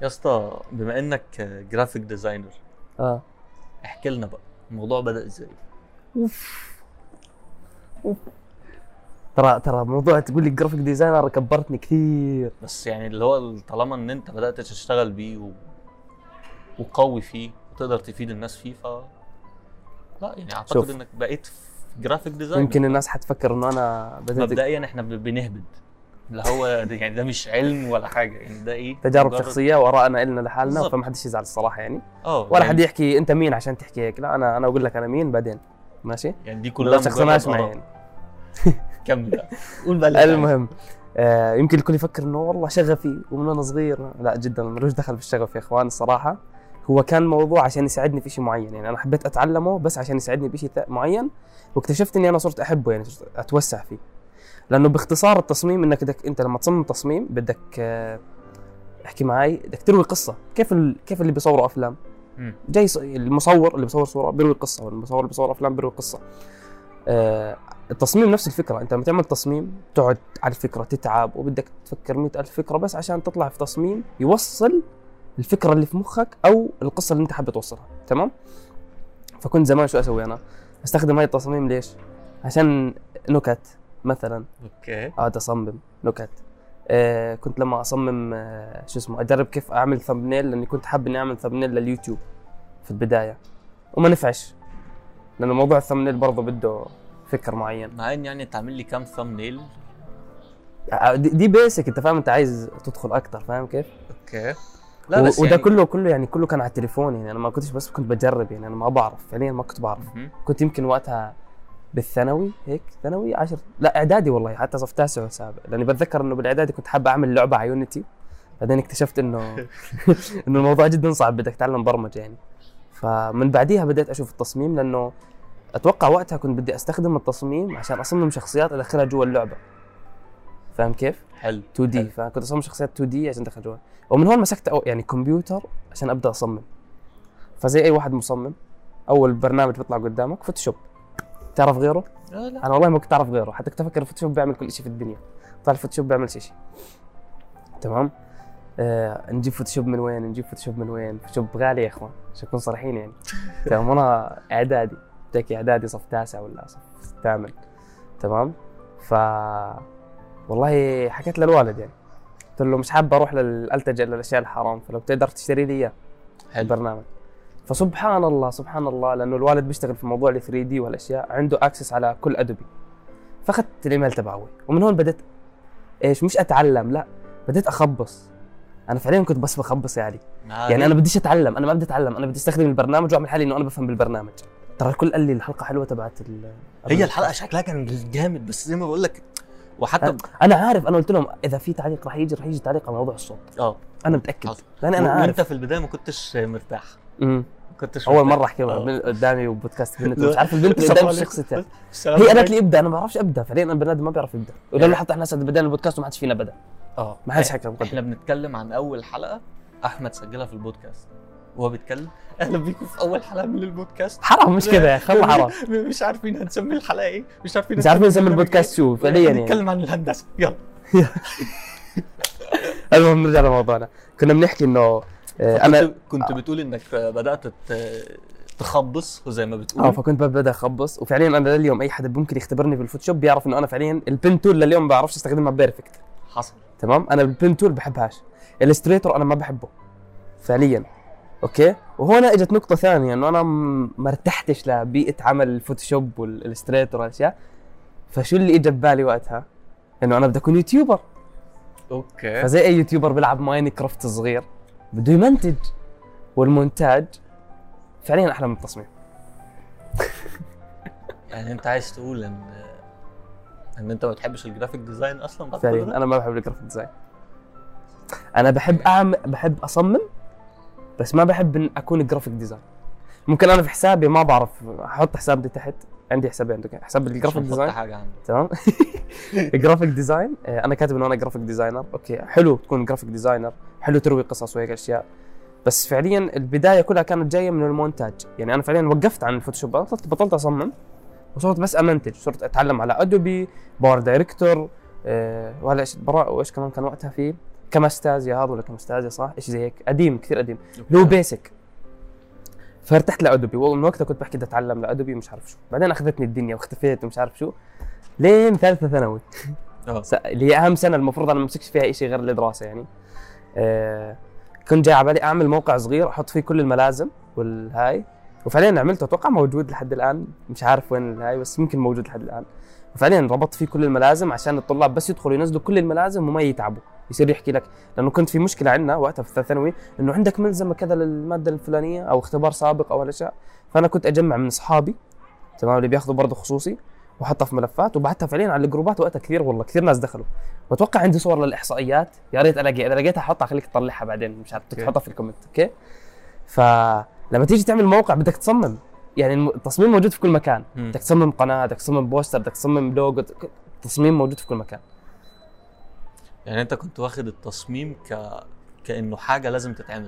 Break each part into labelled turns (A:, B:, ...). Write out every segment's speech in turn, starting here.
A: يا اسطى بما انك جرافيك ديزاينر،
B: اه
A: احكي لنا بقى الموضوع بدأ ازاي؟
B: اوف اوف ترى موضوع تقول لي جرافيك ديزاينر كبرتني كثير.
A: بس يعني اللي هو طالما ان انت بدأت تشتغل بيه وقوي فيه وتقدر تفيد الناس فيه، لا يعني اعتقد
B: شوف.
A: انك بقيت في جرافيك ديزاينر.
B: يمكن الناس حتفكر انه انا بدأت
A: مبدئيا احنا بنهبد، اللي هو يعني ده مش علم ولا حاجه، يعني ده ايه،
B: تجارب
A: مجرد-
B: شخصيه وارائنا النا لحالنا،
A: بالظبط.
B: فما حدش يزعل الصراحه يعني. ولا
A: يعني
B: حد يحكي انت مين عشان تحكي هيك، لا انا اقول لك انا مين بعدين، ماشي؟
A: يعني دي
B: لا
A: كلها
B: شخصناش
A: مجرد
B: معي
A: آراء.
B: يعني.
A: كمل بقى، قول بقى اللي أنت عايزه.
B: المهم يمكن الكل يفكر انه والله شغفي ومن وانا صغير، لا جدا ملوش دخل بالشغف يا اخوان الصراحه. هو كان موضوع عشان يساعدني في شيء معين، يعني انا حبيت اتعلمه بس عشان يساعدني بشيء معين، واكتشفت اني انا صرت احبه، يعني صرت اتوسع فيه. لانه باختصار التصميم انك انت لما تصمم تصميم بدك احكي معي، بدك تروي قصه. كيف اللي بيصوروا افلام جاي المصور اللي بيصور صوره بيروي قصه، والمصور اللي بيصور افلام بيروي قصه. التصميم نفس الفكره، انت لما تعمل تصميم تقعد على الفكره تتعب وبدك تفكر 100,000 فكره بس عشان تطلع في تصميم يوصل الفكره اللي في مخك او القصه اللي انت حابب توصلها، تمام؟ فكنت زمان شو اسوي انا؟ استخدم هاي التصاميم ليش؟ عشان نكت مثلا،
A: اوكي.
B: اقعد اصمم نكت. كنت لما اصمم شو اسمه اجرب كيف اعمل ثمبنيل، لاني كنت حابب اني اعمل ثمبنيل لليوتيوب في البدايه وما نفعش، لانه موضوع الثمبنيل برضه بده فكر معين.
A: مع ان يعني تعمل لي كام ثامنيل.
B: دي بيسك، انت فاهم، انت عايز تدخل اكتر، فاهم كيف؟
A: اوكي. لا بس
B: وده
A: يعني
B: كله يعني كله كان على التليفون، يعني انا ما كنتش، بس كنت بجرب، يعني انا ما بعرف فعليا، ما كنت بعرف. كنت يمكن وقتها بالثانوي هيك، ثانوي 10، لا اعدادي والله، حتى صف تاسع وسابع، لاني بتذكر انه بالاعدادي كنت حابب اعمل لعبه على يونيتي، بعدين اكتشفت انه انه الموضوع جدا صعب، بدك تتعلم برمجه يعني. فمن بعديها بديت اشوف التصميم، لانه اتوقع وقتها كنت بدي استخدم التصميم عشان اصمم شخصيات ادخلها جوا اللعبه، فاهم كيف؟
A: حلو
B: 2 دي، فكنت اصمم شخصيات 2 دي عشان ادخل جوا، ومن هون مسكت يعني كمبيوتر عشان ابدا اصمم. فزي اي واحد مصمم، اول برنامج بيطلع قدامك فوتوشوب، تعرف غيره؟
A: لا
B: انا والله ما كنت اعرف غيره، حتى كنت افكر الفوتوشوب بيعمل كل شيء في الدنيا، طلع الفوتوشوب بيعمل شيء. تمام. نجيب فوتوشوب من وين؟ نجيب فوتوشوب من وين؟ فوتوشوب غالي يا اخوان عشان نكون صريحين يعني. تمام. انا اعدادي، تحكي اعدادي صف تاسع ولا صف ثامن، تمام. ف والله حكيت للوالد، يعني قلت له مش حابب اروح التجا للاشياء الحرام، فلو بتقدر تشتري لي اياه البرنامج. فسبحان الله سبحان الله، لانه الوالد بيشتغل في موضوع ال 3 دي والاشياء، عنده اكسس على كل ادوبي، فاخذت الايميل تبعه، ومن هون بديت ايش، مش اتعلم، لا بديت اخبص. انا فعليا كنت بس بخبص يعني انا بديش اتعلم، انا ما بدي اتعلم، انا بدي استخدم البرنامج واعمل حالي انه انا بفهم بالبرنامج. ترى الكل قال لي الحلقه حلوه تبعت
A: هي الحلقه شكلها كان جامد، بس زي ما بقول لك، وحتى
B: انا عارف، انا قلت لهم اذا في تعليق راح يجي تعليق على موضوع الصوت. انا متاكد، لان انا عارف.
A: وانت في البدايه ما كنتش مرتاح.
B: كنتش اول مره احكي قدامي وبودكاست بنت، مش عارف البنت اللي قدامي شخصيتها، هي قالت لي ابدا، انا ما بعرفش ابدا فعليا، انا بني ادم ما بيعرف يبدا، ولما حتى احنا بدأنا البودكاست وما حدش فينا بدا، ما حدش حكى
A: احنا بنتكلم عن اول حلقه احمد سجلها في البودكاست، وهو بيتكلم اهلا بيكم في اول حلقه من البودكاست.
B: حرام مش كده يا خل حرام.
A: مش عارفين هنسمي الحلقه ايه، مش عارفين
B: نسمي البودكاست شو فعليا يعني.
A: نتكلم عن الهندسه، يلا.
B: المهم نرجع لموضوعنا، كنا بنحكي انه
A: انا كنت بتقول انك بدات تخبص زي ما بتقول.
B: فكنت ببدا اخبص، وفعليا انا لليوم اي حدا ممكن يختبرني في الفوتوشوب بيعرف انه انا فعليا البن تول لليوم ما بعرفش استخدمها بيرفكت.
A: حصل.
B: تمام. انا البن تول بحبهاش، الستريتور انا ما بحبه فعليا. اوكي. وهنا اجت نقطه ثانيه، انه انا ما ارتحتش لبيئه عمل الفوتوشوب والالستريتور والاشياء. فشو اللي اجى ببالي وقتها؟ انه انا بدي اكون يوتيوبر.
A: اوكي.
B: فزي اي يوتيوبر بيلعب ماينكرافت صغير بده يمنتج، والمونتاج فعليا احلى من التصميم.
A: يعني انت عايز تقول ان انت ما بتحبش الجرافيك ديزاين اصلا؟
B: فعليا انا ما بحب الجرافيك ديزاين، انا بحب بحب اصمم، بس ما بحب ان اكون جرافيك ديزاين. ممكن انا في حسابي ما بعرف احط حساب دي تحت، عندي حسابين، عندك حساب الجرافيك ديزاين
A: حاجه عندي.
B: تمام. الجرافيك ديزاين انا كاتب انه انا جرافيك ديزاينر. اوكي حلو تكون جرافيك ديزاينر، حلو تروي قصص وهيك اشياء، بس فعليا البدايه كلها كانت جايه من المونتاج. يعني انا فعليا وقفت عن الفوتوشوب، بطلت اصمم وصرت بس امنتج، صرت اتعلم على ادوبي باور دايركتور وهلا ايش براء، وايش كمان كان وقتها في كماستازيا هذا ولا كماستازيا صح، شيء زي هيك قديم كثير قديم، له بيسك. فارتحت لادوبي، ومن وقتها كنت بحكي بدي اتعلم لادوبي مش عارف شو، بعدين اخذتني الدنيا واختفيت ومش عارف شو لين ثالثه ثانوي. اللي هي اهم سنه المفروض انا ما امسكش فيها شيء غير الدراسه يعني. كنت جاي على بالي اعمل موقع صغير احط فيه كل الملازم والهاي، وفعليا عملته، اتوقع موجود لحد الان، مش عارف وين الهاي بس يمكن موجود لحد الان. وفعليا ربطت فيه كل الملازم عشان الطلاب بس يدخلوا ينزلوا كل الملازم وما يتعبوا، يصير يحكي لك، لانه كنت في مشكله عندنا وقتها في الثالث ثانوي انه عندك ملزمه كذا للماده الفلانيه او اختبار سابق او هالاشياء، فانا كنت اجمع من اصحابي تمام اللي بياخذوا برضه خصوصي واحطها في ملفات وبعتها فعليا على الجروبات وقتها كثير، والله كثير ناس دخلوا. واتوقع عندي صور للاحصائيات، يا ريت الاقي، اذا لقيتها احطها خليك تطلعها بعدين مش عارف تحطها في الكومنت. اوكي، فلما تيجي تعمل موقع بدك تصمم، يعني التصميم موجود في كل مكان، بدك تصمم قناه، بدك تصمم بوستر، بدك تصمم لوجو، التصميم موجود في كل مكان.
A: يعني انت كنت واخد التصميم كانه حاجه لازم تتعمل.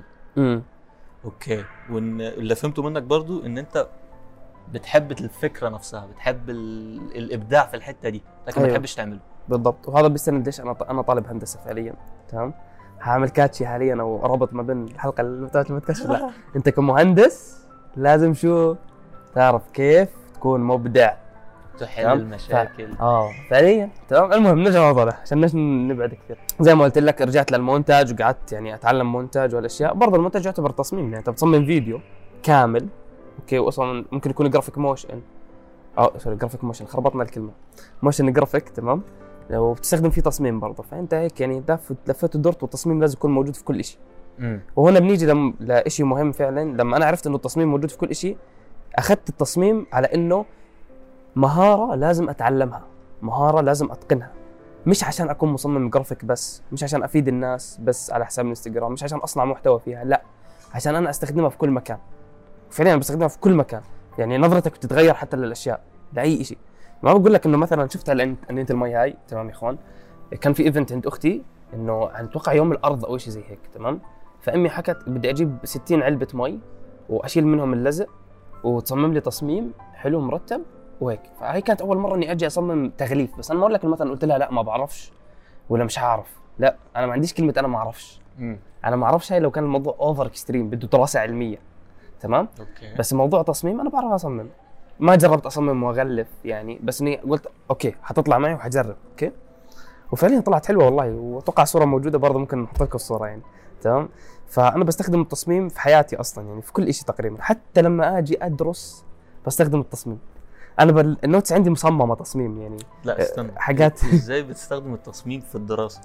A: اوكي، وان اللي فهمته منك برضو ان انت بتحب الفكره نفسها، بتحب الابداع في الحته دي، لكن ما تحبش تعمله.
B: بالضبط، وهذا بيستند ليش انا طالب هندسه فعليا. تمام، هعمل كاتشي حاليا او ربط ما بين الحلقه اللي بتاعت المدكش. لا انت كمهندس لازم شو تعرف كيف تكون مبدع،
A: تحل المشاكل.
B: فعليا. تمام، المهم نرجع لموضوعنا عشان ليش نبعد كثير. زي ما قلت لك رجعت للمونتاج وقعدت يعني اتعلم مونتاج والاشياء. برضه المونتاج يعتبر تصميم، يعني انت بتصمم فيديو كامل اوكي، واصلا ممكن يكون جرافيك موشن سوري جرافيك موشن، خربطنا الكلمه، موشن جرافيك. تمام، وبتستخدم فيه تصميم برضه، فانت هيك يعني لفت ودرت، والتصميم لازم يكون موجود في كل شيء. وهنا بنيجي لشيء مهم فعلا. لما انا عرفت انه التصميم موجود في كل شيء، اخذت التصميم على انه مهاره لازم اتعلمها، مهاره لازم اتقنها، مش عشان اكون مصمم جرافيك بس، مش عشان افيد الناس بس على حساب الانستغرام، مش عشان اصنع محتوى فيها، لا، عشان انا استخدمها في كل مكان. فعليا بستخدمها في كل مكان، يعني نظرتك بتتغير حتى للاشياء، لاي شيء. ما بقول لك انه مثلا شفت انت المي هاي، تمام يا اخوان، كان في ايفنت عند اختي انه اتوقع يوم الارض او شيء زي هيك. تمام، فامي حكت بدي اجيب 60 علبه مي واشيل منهم اللزق وتصمم لي تصميم حلو مرتب وهيك. فهي كانت اول مره اني اجي اصمم تغليف، بس انا ما اقول لك مثلا قلت لها لا ما بعرفش ولا مش هعرف، لا، انا ما عنديش كلمه انا ما اعرفش. انا ما اعرفش، هاي لو كان الموضوع اوفر اكستريم بده دراسه علميه. تمام، أوكي. بس موضوع تصميم انا بعرف اصمم، ما جربت اصمم واغلف يعني، بس اني قلت اوكي حتطلع معي وحجرب. اوكي، وفعليا طلعت حلوه والله، واتوقع الصوره موجوده برضه، ممكن نحط لكم الصوره يعني. تمام، فانا بستخدم التصميم في حياتي اصلا، يعني في كل شيء تقريبا، حتى لما اجي ادرس بستخدم التصميم. انا النوتس عندي مصممه تصميم يعني.
A: لا استنى،
B: حاجات
A: ازاي بتستخدم التصميم في الدراسه؟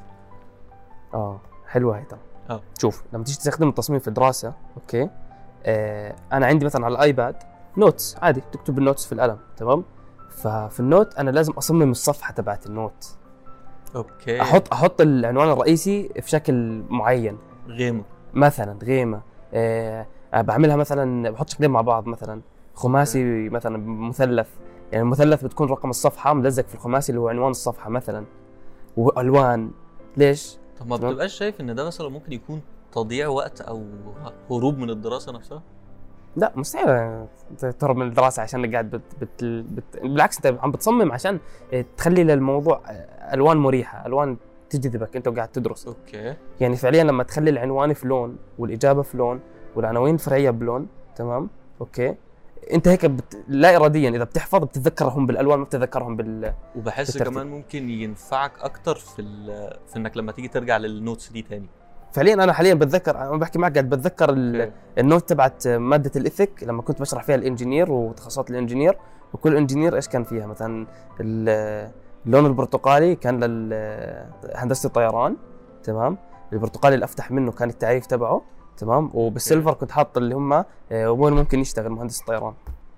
B: حلوه هي. تمام، شوف لما تيجي تستخدم التصميم في الدراسه، اوكي، انا عندي مثلا على الايباد نوتس عادي، تكتب النوتس في القلم. تمام، ففي النوت انا لازم اصمم الصفحه تبعت النوت.
A: اوكي،
B: احط العنوان الرئيسي في شكل معين،
A: غيمه
B: مثلا، غيمه. بعملها مثلا بحط شكلين مع بعض، مثلا خماسي مثلا مثلث، يعني المثلث بتكون رقم الصفحه ملزق في الخماسي اللي هو عنوان الصفحه مثلا، والوان. ليش؟
A: طب ما بتبقاش شايف ان ده مثلا ممكن يكون تضييع وقت او هروب من الدراسه نفسها؟
B: لا مستحيل تهرب من الدراسه عشان قاعد بالعكس، انت عم بتصمم عشان تخلي للموضوع الوان مريحه، الوان تجذبك انت وقاعد تدرس.
A: اوكي،
B: يعني فعليا لما تخلي العنوان في لون والاجابه في لون والعناوين الفرعيه بلون، تمام، اوكي، انت هيك لا اراديا اذا بتحفظ بتتذكرهم بالالوان، ما بتتذكرهم
A: وبحس بالترتيب. كمان ممكن ينفعك اكتر في انك لما تيجي ترجع للنوتس دي تاني.
B: فعليا انا حاليا بتذكر، انا بحكي معك قاعد بتذكر النوت تبعت ماده الايثيك لما كنت بشرح فيها الانجينير وتخصصات الانجينير، وكل انجينير ايش كان فيها. مثلا اللون البرتقالي كان لهندسه الطيران، تمام، البرتقالي الافتح منه كان التعريف تبعه، تمام، وبالسيلفر كنت حاطط اللي هم وين ممكن يشتغل مهندس الطيران.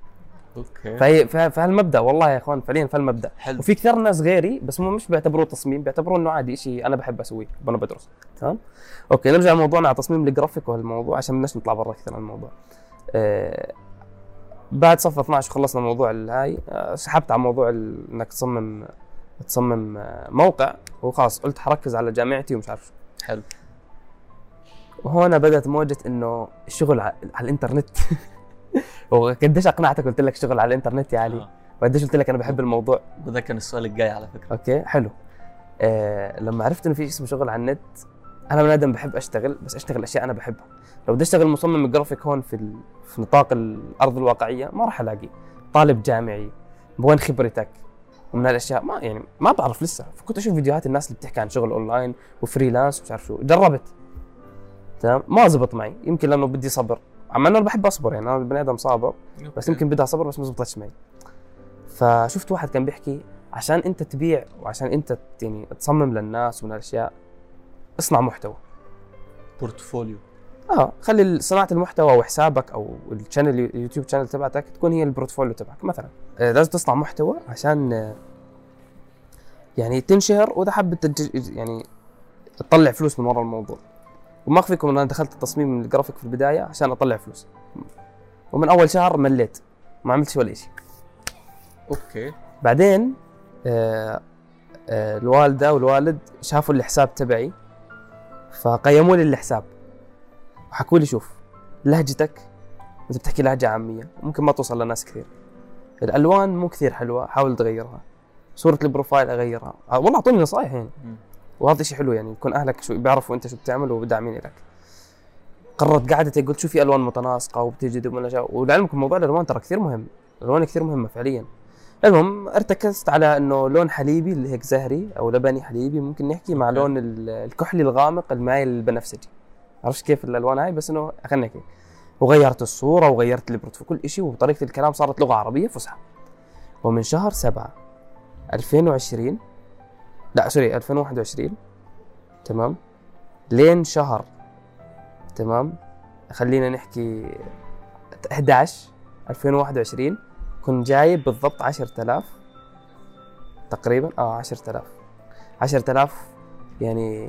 B: اوكي، فهالمبدا والله يا اخوان فعليا فالمبدا حلو. وفي كثير ناس غيري بس هم مش بيعتبروه تصميم، بيعتبروه انه عادي شيء انا بحب اسويه وانا بدرس. تمام، اوكي، نرجع لموضوعنا على تصميم الجرافيك وهالموضوع عشان بدناش نطلع برا كثير عن الموضوع. بعد صف 12 خلصنا موضوع الهاي، سحبت على موضوع انك تصمم موقع، وخلاص قلت حركز على جامعتي ومش عارف.
A: حلو،
B: وهنا بدأت موجة انه الشغل على الانترنت. وقديش اقنعتك قلت لك شغل على الانترنت يا علي؟ وقديش قلت لك انا بحب الموضوع؟
A: ده كان السؤال الجاي على فكرة.
B: اوكي، حلو. لما عرفت انه في اسمه شغل على النت، انا بني ادم بحب اشتغل، بس اشتغل اشياء انا بحبها. لو بدي اشتغل مصمم جرافيك هون في نطاق الارض الواقعيه ما راح الاقي. طالب جامعي، وين خبرتك؟ ومن هالاشياء ما بعرف لسه. فكنت اشوف فيديوهات الناس اللي بتحكي عن شغل اونلاين وفريلانس ومش عارف شو، جربت تمام ما زبط معي، يمكن لانه بدي صبر، عم انه انا بحب اصبر، يعني انا بني ادم صابر، بس يمكن بدها صبر بس ما زبطتش معي. فشفت واحد كان بيحكي عشان انت تبيع وعشان انت يعني تصمم للناس ومن هالاشياء اصنع محتوى،
A: بورتفوليو.
B: خلي صناعه المحتوى وحسابك او الشانل اليوتيوب شانل تبعتك تكون هي البورتفوليو تبعك مثلا. لازم تصنع محتوى عشان يعني تنشهر، واذا حبيت يعني تطلع فلوس من وراء الموضوع. وما اخفيكم ان انا دخلت التصميم الجرافيك في البدايه عشان اطلع فلوس، ومن اول شهر مليت ما عملتش ولا شيء.
A: اوكي.
B: بعدين الوالده والوالد شافوا الحساب تبعي فقيموا لي الحساب وحكوا لي شوف لهجتك انت بتحكي لهجه عاميه ممكن ما توصل لناس كثير، الالوان مو كثير حلوه حاول تغيرها، صوره البروفايل اغيرها. والله اعطوني نصائح يعني. وهذا شيء حلو يعني يكون اهلك شو بيعرفوا انت شو بتعمل وداعمين لك. قررت قعدتي قلت شو في الوان متناسقه وبتجد ولعلمكم موضوع الالوان ترى كثير مهم، الالوان كثير مهمه فعليا. المهم ارتكزت على انه لون حليبي اللي هيك زهري او لبني حليبي ممكن نحكي مع لون الكحلي الغامق المايل البنفسجي. عرفت كيف الالوان هاي؟ بس انه خلينا نحكي. وغيرت الصوره وغيرت البروتوكول كل شيء، وطريقه الكلام صارت لغه عربيه فصحى. ومن شهر 7 2020 لا سوري 2021 تمام لين شهر تمام خلينا نحكي 11 2021 كنت جايب بالضبط 10,000 تقريبا 10,000 يعني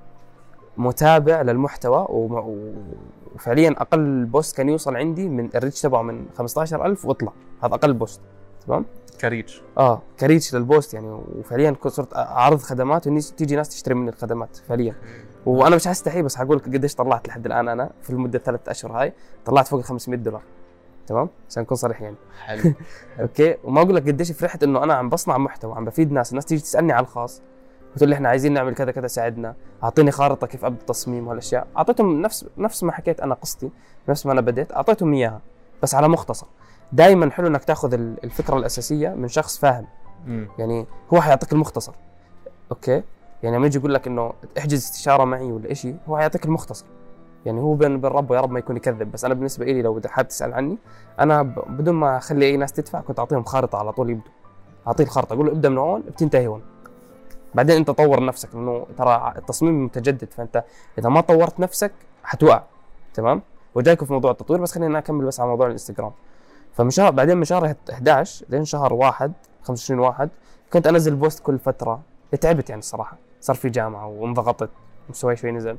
B: متابع للمحتوى. وفعليا اقل بوست كان يوصل عندي من الريتش تبعه من 15,000 واطلع، هذا اقل بوست تمام
A: كريتش
B: كريتش للبوست يعني. وفعليا كنت صرت اعرض خدمات وتيجي ناس تشتري مني الخدمات فعليا. وانا مش حستحي بس حقول لك قديش طلعت لحد الان. انا في المده 3 اشهر هاي طلعت فوق $500 تمام عشان نكون صريح يعني.
A: حلو.
B: اوكي. وما اقول لك قديش فرحت انه انا عم بصنع محتوى عم بفيد ناس. الناس تيجي تسالني على الخاص وتقول لي احنا عايزين نعمل كذا كذا ساعدنا، اعطيني خارطه كيف ابدا التصميم وهالاشياء. اعطيتهم نفس ما حكيت انا قصتي، نفس ما انا بديت اعطيتهم اياها بس على مختصر. دائما حلو انك تاخذ الفكره الاساسيه من شخص فاهم. يعني هو حيعطيك المختصر اوكي. يعني لما يجي يقول لك انه احجز استشاره معي ولا شيء هو حيعطيك المختصر. يعني هو بين رب ويا رب ما يكون يكذب. بس انا بالنسبه لي لو حابب تسال عني انا بدون ما اخلي اي ناس تدفع كنت اعطيهم خارطه على طول يبدوا. اعطيه الخارطه اقول له ابدا من هون بتنتهي هون، بعدين انت طور نفسك لانه ترى التصميم متجدد. فانت اذا ما طورت نفسك حتوقع تمام. وجايكم في موضوع التطوير بس خلينا اكمل بس على موضوع الانستغرام. بعدين من شهر 11 لين شهر 1 25/1 كنت انزل بوست كل فتره. تعبت يعني الصراحه، صار في جامعه وانضغطت مستواي شوي نزل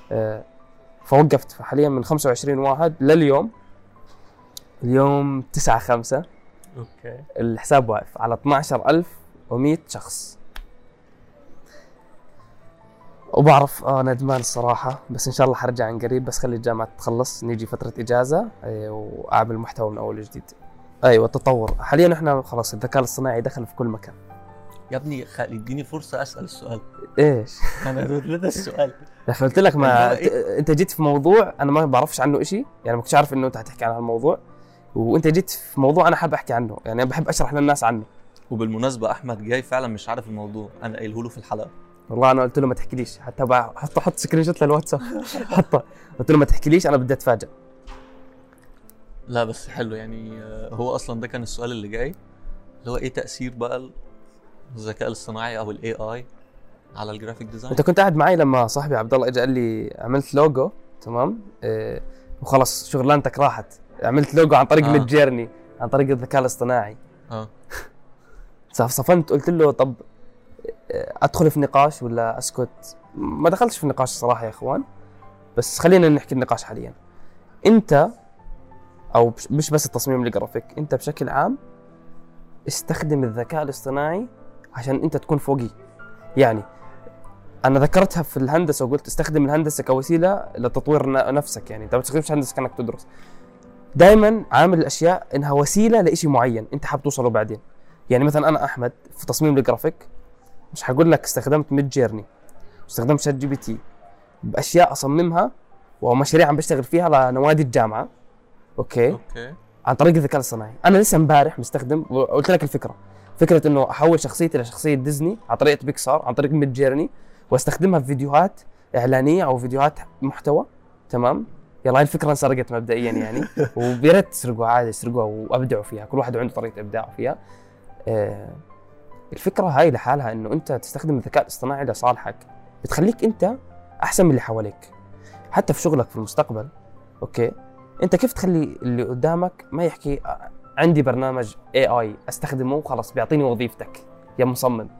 B: فوقفت. فحاليا من 25/1 لليوم اليوم 9/5
A: اوكي
B: الحساب واقف على 12,100 شخص. وبعرف ندمان الصراحة، بس إن شاء الله حرجع عن قريب. بس خلي الجامعة تخلص نيجي فترة إجازة وأعمل محتوى من أول وجديد. أيوة التطور حاليا إحنا خلاص الذكاء الاصطناعي دخل في كل مكان.
A: يا ابني اديني فرصة أسأل السؤال.
B: إيش؟
A: أنا ده السؤال.
B: يا أخي قلت لك ما أنت جيت في موضوع أنا ما بعرفش عنه إشي، يعني ما كنتش عارف إنه أنت هتحكي عن هالموضوع، وأنت جيت في موضوع أنا حاب أحكي عنه، يعني أنا بحب أشرح للناس عنه.
A: وبالمناسبة أحمد جاي فعلا مش عارف الموضوع، أنا قايله له في الحلقة. والله
B: انا قلت له ما تحكيليش، حتى حط سكرين شوت للواتساب حطه، قلت له ما تحكيليش انا بدي اتفاجئ.
A: لا بس حلو يعني. هو اصلا ده كان السؤال اللي جاي، اللي هو ايه تاثير بقى الذكاء الاصطناعي او الاي اي على الجرافيك ديزاين.
B: انت كنت قاعد معي لما صاحبي عبد الله اجى قال لي عملت لوجو تمام وخلص شغلانتك راحت، عملت لوجو عن طريق ميد جيرني عن طريق الذكاء الاصطناعي. صفنت قلت له طب ادخل في نقاش ولا اسكت؟ ما دخلتش في النقاش الصراحه يا اخوان، بس خلينا نحكي النقاش حاليا. انت او مش بس التصميم الجرافيك، انت بشكل عام استخدم الذكاء الاصطناعي عشان انت تكون فوقي. يعني انا ذكرتها في الهندسه وقلت استخدم الهندسه كوسيله لتطوير نفسك. يعني انت ما تستخدمش هندسه كانك تدرس، دائما عامل الاشياء انها وسيله لشيء معين انت حاب توصله بعدين. يعني مثلا انا احمد في تصميم الجرافيك مش هقول لك استخدمت ميد جيرني، استخدمت شات جي بي تي، باشياء اصممها ومشاريع عم بشتغل فيها لنوادي الجامعه. اوكي عن طريق الذكاء الاصطناعي. انا لسه امبارح مستخدم وقلت لك فكره انه احول شخصيتي لشخصيه ديزني عن طريقه بيكسار عن طريق ميد جيرني واستخدمها في فيديوهات اعلانيه او فيديوهات محتوى. تمام. يلا هاي الفكره انسرقت مبدئيا يعني وبيرت تسرقوها عادي، اسرقوها وابدعوا فيها، كل واحد عنده طريقه ابداعه فيها. الفكره هاي لحالها انه انت تستخدم الذكاء الاصطناعي لصالحك بتخليك انت احسن من اللي حواليك حتى في شغلك في المستقبل. اوكي انت كيف تخلي اللي قدامك ما يحكي عندي برنامج AI استخدمه وخلاص بيعطيني وظيفتك يا مصمم.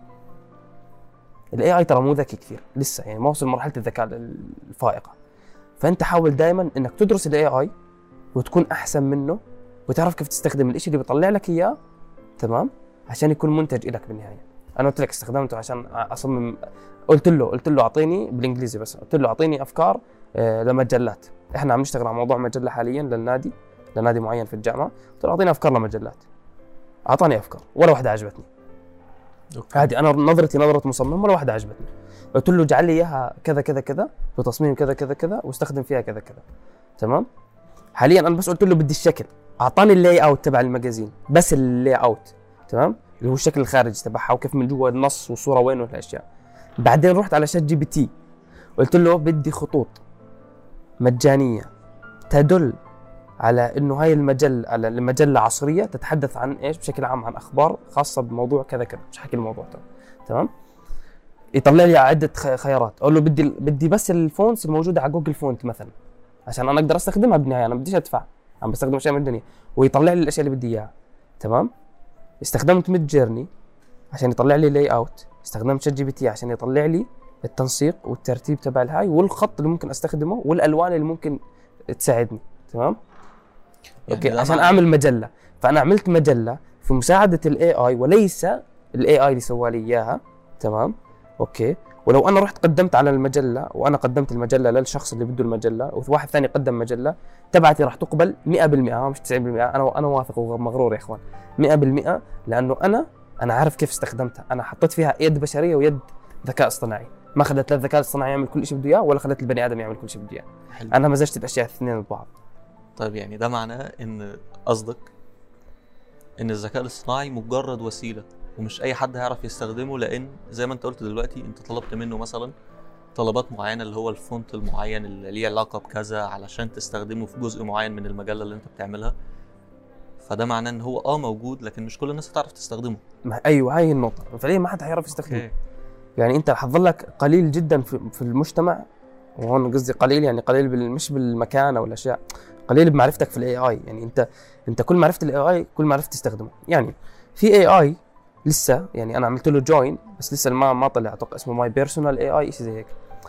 B: الاي اي ترى مو ذكي كثير لسه، يعني ما وصل لمرحله الذكاء الفائقه. فانت حاول دائما انك تدرس الاي اي وتكون احسن منه وتعرف كيف تستخدم الشيء اللي بيطلع لك اياه. تمام. عشان يكون منتج لك بالنهايه. انا قلت لك استخدمته عشان اصمم، قلت له اعطيني بالانجليزي، بس قلت له اعطيني افكار لمجلات. احنا عم نشتغل على موضوع مجله حاليا لنادي معين في الجامعه. قلت له اعطيني افكار لمجلات، اعطاني افكار ولا واحده عجبتني. عادي انا نظرتي نظره مصمم ولا واحده عجبتني. قلت له اجعل لي اياها كذا كذا كذا بتصميم كذا كذا كذا واستخدم فيها كذا كذا. تمام. حاليا انا بس قلت له بدي الشكل، اعطاني اللاي اوت تبع المجازين، بس اللاي اوت. تمام. اللي هو الشكل الخارجي تبعها وكيف من جوا النص والصوره وين والاشياء. بعدين رحت على شات جي بي تي قلت له بدي خطوط مجانيه تدل على انه هاي المجله عصريه تتحدث عن ايش بشكل عام، عن اخبار خاصه بموضوع كذا كذا، مش حكي الموضوع تمام. يطلع لي عده خيارات. اقول له بدي بس الفونتس الموجوده على جوجل فونت مثلا عشان انا اقدر استخدمها بالنهايه، انا بديش ادفع، عم بستخدم اشياء من الدنيا ويطلع لي الاشياء اللي بدي اياها. تمام. استخدمت ميد جيرني عشان يطلع لي لاي اوت، استخدمت شات جي بي تي عشان يطلع لي التنسيق والترتيب تبع الهاي والخط اللي ممكن استخدمه والالوان اللي ممكن تساعدني. تمام. يعني اوكي عشان اعمل مجله. فانا عملت مجله في مساعده الاي اي وليس الاي اي اللي سوى لي اياها. تمام. اوكي. ولو انا رحت قدمت على المجله وانا قدمت المجله للشخص اللي بده المجله وواحد ثاني قدم مجله تبعتي راح تقبل 100%، مش 90%. انا واثق ومغرور يا اخوان 100%، لانه انا عارف كيف استخدمتها. انا حطيت فيها يد بشريه ويد ذكاء اصطناعي، ما خلت الذكاء الاصطناعي يعمل كل شيء بده اياه ولا خلت البني ادم يعمل كل شيء بده اياه. انا مزجت الاشياء الاثنين ببعض.
A: طيب يعني ده معناه ان قصدك ان الذكاء الاصطناعي مجرد وسيله ومش اي حد هيعرف يستخدمه، لان زي ما انت قلت دلوقتي انت طلبت منه مثلا طلبات معينه اللي هو الفونت المعين اللي ليه علاقه بكذا علشان تستخدمه في جزء معين من المجله اللي انت بتعملها. فده معناه ان هو موجود لكن مش كل الناس هتعرف تستخدمه.
B: ايوه هاي النقطه، فعليا ما حد هيعرف يستخدمه. يعني انت حتظلك قليل جدا في المجتمع، وهون قصدي قليل يعني قليل مش بالمكانه والاشياء، قليل بمعرفتك في الاي اي. يعني انت كل معرفه الاي اي كل ما عرفت تستخدمه. يعني في اي اي لسه، يعني انا عملت له جوين بس لسه ما طلع، اتوقع اسمه ماي بيرسونال اي اي شيء زي هيك.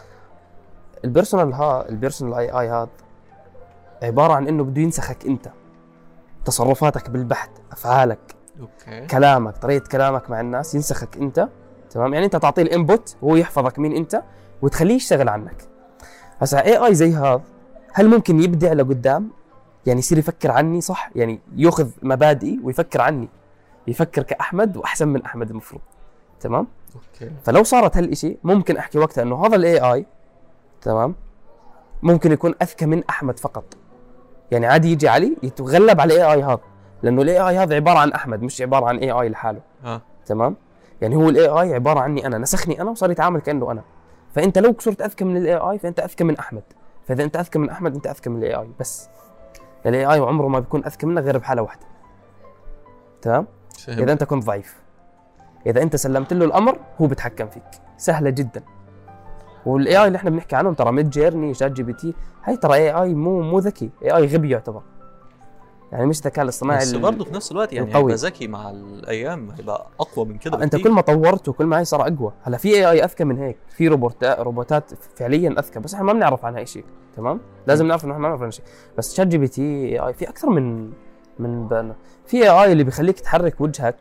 B: البيرسونال اي اي هذا عباره عن انه بده ينسخك انت، تصرفاتك بالبحث، افعالك،
A: اوكي،
B: كلامك، طريقه كلامك مع الناس، ينسخك انت. تمام. يعني انت تعطيه الانبوت وهو يحفظك مين انت وتخليه يشتغل عنك. هسا اي اي زي هذا هل ممكن يبدع لقدام؟ يعني يصير يفكر عني صح، يعني ياخذ مبادئي ويفكر عني، يفكر كاحمد واحسن من احمد المفروض. تمام.
A: اوكي.
B: فلو صارت هالشيء ممكن احكي وقتها انه هذا الاي اي تمام ممكن يكون اذكى من احمد فقط. يعني عادي يجي علي يتغلب على الاي اي هذا، لانه الاي اي هذا عباره عن احمد مش عباره عن اي اي لحاله. تمام. يعني هو الاي اي عباره عني انا، نسخني انا وصار يتعامل كانه انا. فانت لو صرت اذكى من الاي اي فانت اذكى من احمد، فاذا انت اذكى من احمد انت اذكى من الاي اي. بس الاي اي عمره ما بيكون اذكى منك غير بحاله واحده. تمام. اذا انت كنت ضعيف، اذا انت سلمت له الامر هو بيتحكم فيك. سهله جدا. والاي اي اللي احنا بنحكي عنهم ترى ميد جيرني، شات جي بي تي، هي ترى اي اي مو ذكي، اي اي غبي يعتبر. يعني مش الذكاء الاصطناعي
A: بس برضه في نفس الوقت يعني هيبقى ذكي مع الايام، هيبقى اقوى من كده
B: انت كل ما طورته كل ما هي صار اقوى. هلا في اي اي اذكى من هيك، في روبوتات فعليا اذكى بس احنا ما بنعرف عنها شيء. تمام. لازم نعرف انه احنا ما بنعرف عنها شيء. بس شات جي بي تي اي اي في اكثر من في اي اي اللي بيخليك تحرك وجهك.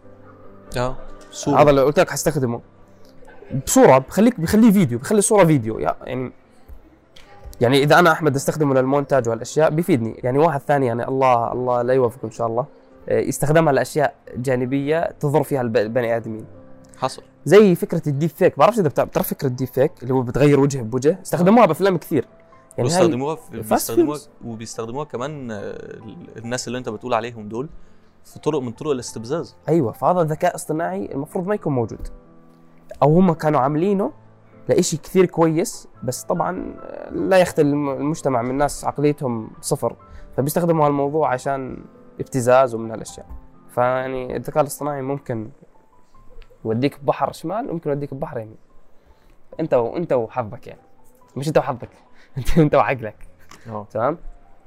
B: هذا اللي قلت لك حستخدمه بصوره، بخليه فيديو، بخلي الصوره فيديو. يعني اذا انا احمد استخدمه للمونتاج والاشياء بيفيدني. يعني واحد ثاني يعني الله لا يوفقه ان شاء الله يستخدمها لاشياء جانبيه تضر فيها البني ادمين.
A: حصل
B: زي فكره الديب فيك، ما بعرفش اذا بتعرف فكره الديب فيك اللي هو بتغير وجه بوجه، استخدموها بافلام كثير
A: يعني، بيستخدموها كمان الناس اللي انت بتقول عليهم دول في طرق من طرق الاستفزاز.
B: ايوه، فهذا الذكاء الاصطناعي المفروض ما يكون موجود، او هم كانوا عاملينه لإشي كثير كويس، بس طبعا لا يختل المجتمع من ناس عقليتهم صفر، فبيستخدموا هالموضوع عشان ابتزاز ومن هالاشياء. فيعني الذكاء الاصطناعي ممكن يوديك بحر شمال، ممكن يوديك بحر يمين، انت وحظك يعني، مش انت وحظك انت وعقلك. تمام.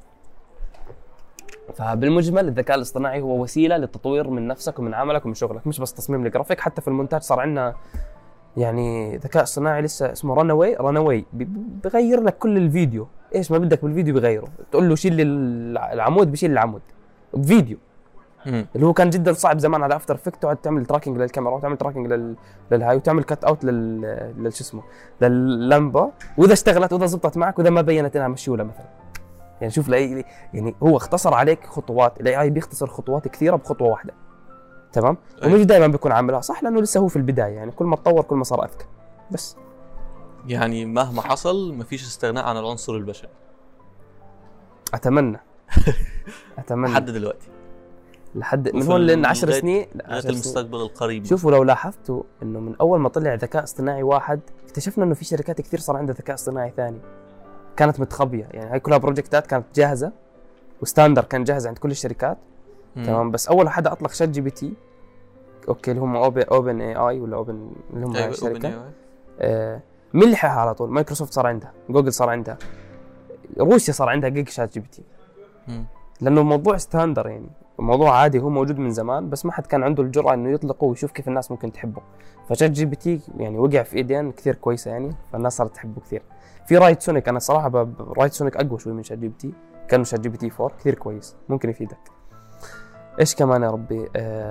B: فبالمجمل الذكاء الاصطناعي هو وسيله للتطوير من نفسك ومن عملك ومن شغلك، مش بس تصميم الجرافيك، حتى في المونتاج صار عندنا يعني ذكاء اصطناعي لسه اسمه رانوي بغير لك كل الفيديو، ايش ما بدك بالفيديو بغيره، تقول له شيل العمود بشيل العمود بفيديو. اللي هو كان جدا صعب زمان على افتر افكت، تقعد تعمل تراكنج للكاميرا وتعمل تراكنج للهاي وتعمل كات اوت شو اسمه لللمبه، واذا اشتغلت واذا زبطت معك واذا ما بينت انها مشيوله مثلا. يعني شوف يعني هو اختصر عليك خطوات، الاي اي بيختصر خطوات كثيره بخطوه واحده. تمام. ومش دائما بيكون عاملها صح، لانه لسه هو في البدايه، يعني كل ما تطور كل ما صار اذكى. بس
A: يعني مهما حصل مفيش استغناء عن العنصر البشري.
B: اتمنى
A: لحد دلوقتي،
B: لحد من هون لين 10 سنين
A: لغايه المستقبل القريب.
B: شوفوا لو لاحظتوا انه من اول ما طلع ذكاء اصطناعي واحد، اكتشفنا انه في شركات كثير صار عندها ذكاء اصطناعي ثاني كانت متخبيه، يعني هاي كلها بروجكتات كانت جاهزه وستاندر كان جاهز عند كل الشركات. تمام. بس اول حدا اطلق شات جي بي تي، اوكي، اللي هم اوبن اي اي ولا اوبن اللي هم الشركه، مين اللي لحقها على طول؟ مايكروسوفت صار عندها، جوجل صار عندها، روسيا صار عندها جيج شات جي بي تي. لانه الموضوع ستاندر، يعني الموضوع عادي، هو موجود من زمان، بس ما حد كان عنده الجرأة انه يطلقه ويشوف كيف الناس ممكن تحبه. فشات جي بي تي يعني وقع في ايدين كثير كويسه، يعني فالناس صارت تحبه كثير. في رايت سونيك، انا صراحه رايت سونيك اقوى شوي من شات جي بي تي، كان شات جي بي تي 4 كثير كويس، ممكن يفيدك. ايش كمان يا ربي؟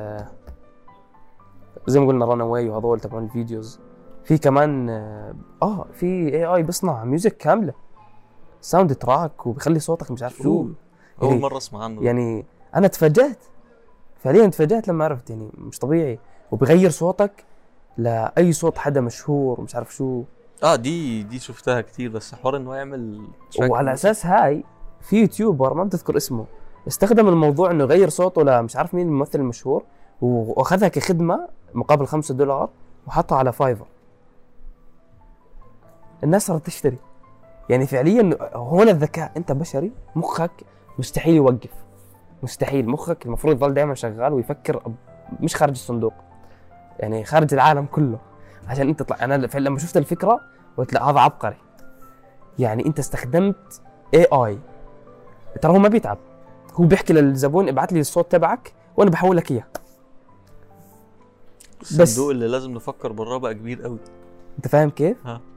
B: زي ما قلنا رانواي وهذول تبعون الفيديوز. في كمان في اي اي بيصنع ميوزك كامله، ساوند تراك، وبيخلي صوتك مش عارف شو.
A: اول مره اسمع عنه.
B: يعني انا فعليا تفاجأت لما عرفت، يعني مش طبيعي، وبيغير صوتك لاي صوت حدا مشهور ومش عارف شو.
A: دي شفتها كتير، بس حوار انه يعمل
B: وعلى اساس هاي في يوتيوبر ما بتذكر اسمه استخدم الموضوع انه يغير صوته لمش عارف مين الممثل المشهور، واخذها كخدمه مقابل $5 وحطها على فايفر. الناس صارت تشتري. يعني فعليا هون الذكاء، انت بشري مخك مستحيل يوقف، مستحيل، مخك المفروض يضل دائما شغال ويفكر مش خارج الصندوق، يعني خارج العالم كله عشان انت تطلع. انا لما شفت الفكره قلت لا هذا عبقري، يعني انت استخدمت اي اي، ترى هو ما بيتعب، هو بيحكي للزبون ابعث لي الصوت تبعك وانا بحول لك اياه.
A: الصندوق اللي لازم نفكر براه بقى كبير قوي،
B: انت فاهم كيف؟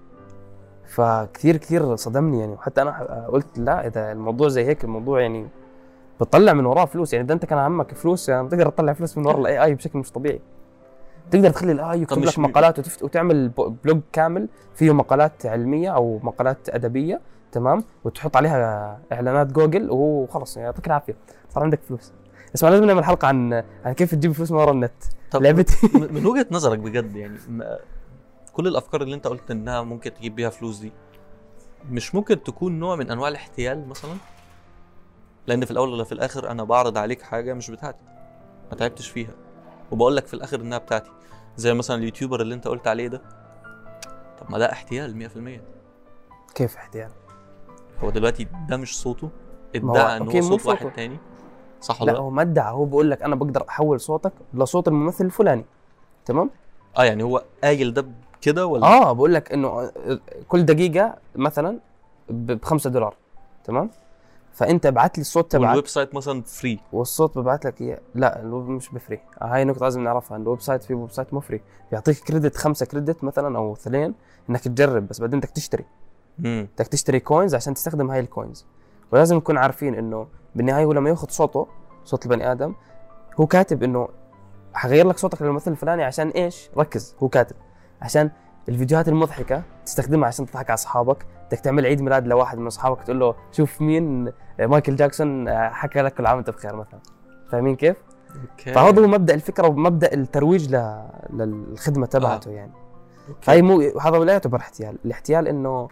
B: فكثير صدمني يعني، وحتى انا قلت لا، اذا الموضوع زي هيك، الموضوع يعني بتطلع من وراه فلوس، يعني اذا انت كان همك فلوس يعني بتقدر تطلع فلوس من ورا الاي اي بشكل مش طبيعي. تقدر تخلي الاي اي يكتب لك مقالات وتعمل بلوج كامل فيه مقالات علميه او مقالات ادبيه، تمام، وتحط عليها اعلانات جوجل وخلص، يعني يعطيك العافيه صار عندك فلوس. اسمع، لازم نعمل حلقه عن كيف تجيب فلوس من ورا النت.
A: لعبتي من وجهه نظرك بجد، يعني كل الافكار اللي انت قلت انها ممكن تجيب بيها فلوس دي، مش ممكن تكون نوع من انواع الاحتيال مثلا؟ لان في الاول ولا في الاخر انا بعرض عليك حاجه مش بتاعتي، ما تعبتش فيها، وبقول لك في الاخر انها بتاعتي. زي مثلا اليوتيوبر اللي انت قلت عليه ده، طب ما ده احتيال 100%.
B: كيف احتيال؟
A: هو دلوقتي ده مش صوته، ادعى ان هو صوت واحد تاني، صح ولا
B: لا؟ هو ما ادعى، هو بقول لك انا بقدر احول صوتك لصوت الممثل الفلاني، تمام؟
A: يعني هو قايل ده كده ولا؟
B: بقول لك انه كل دقيقه مثلا $5، تمام؟ فانت ابعت لي الصوت تبعك،
A: والويب سايت مثلا فري
B: والصوت ببعت لك اياه. لا، الويب مش بفري، هاي نقطه لازم نعرفها. الويب سايت، في ويب سايت مو فري، بيعطيك كريدت 5 كريدت مثلا او 2 انك تجرب، بس بعدين بدك تشتري. بدك تشتري كوينز عشان تستخدم هاي الكوينز. ولازم نكون عارفين انه بالنهايه هو لما ياخذ صوت البني ادم، هو كاتب انه حغير لك صوتك للممثل الفلاني عشان ايش؟ ركز، هو كاتب عشان الفيديوهات المضحكه تستخدمها عشان تضحك على اصحابك. بدك تعمل عيد ميلاد لواحد من اصحابك تقول له شوف مين مايكل جاكسون حكى لك كل عام وانت بخير مثلا. فاهمين كيف؟
A: اوكي.
B: فهذا هو مبدا الفكره ومبدا الترويج للخدمه تبعته يعني.
A: أوكي.
B: فهي مو هذا لا يعتبر احتيال. الاحتيال انه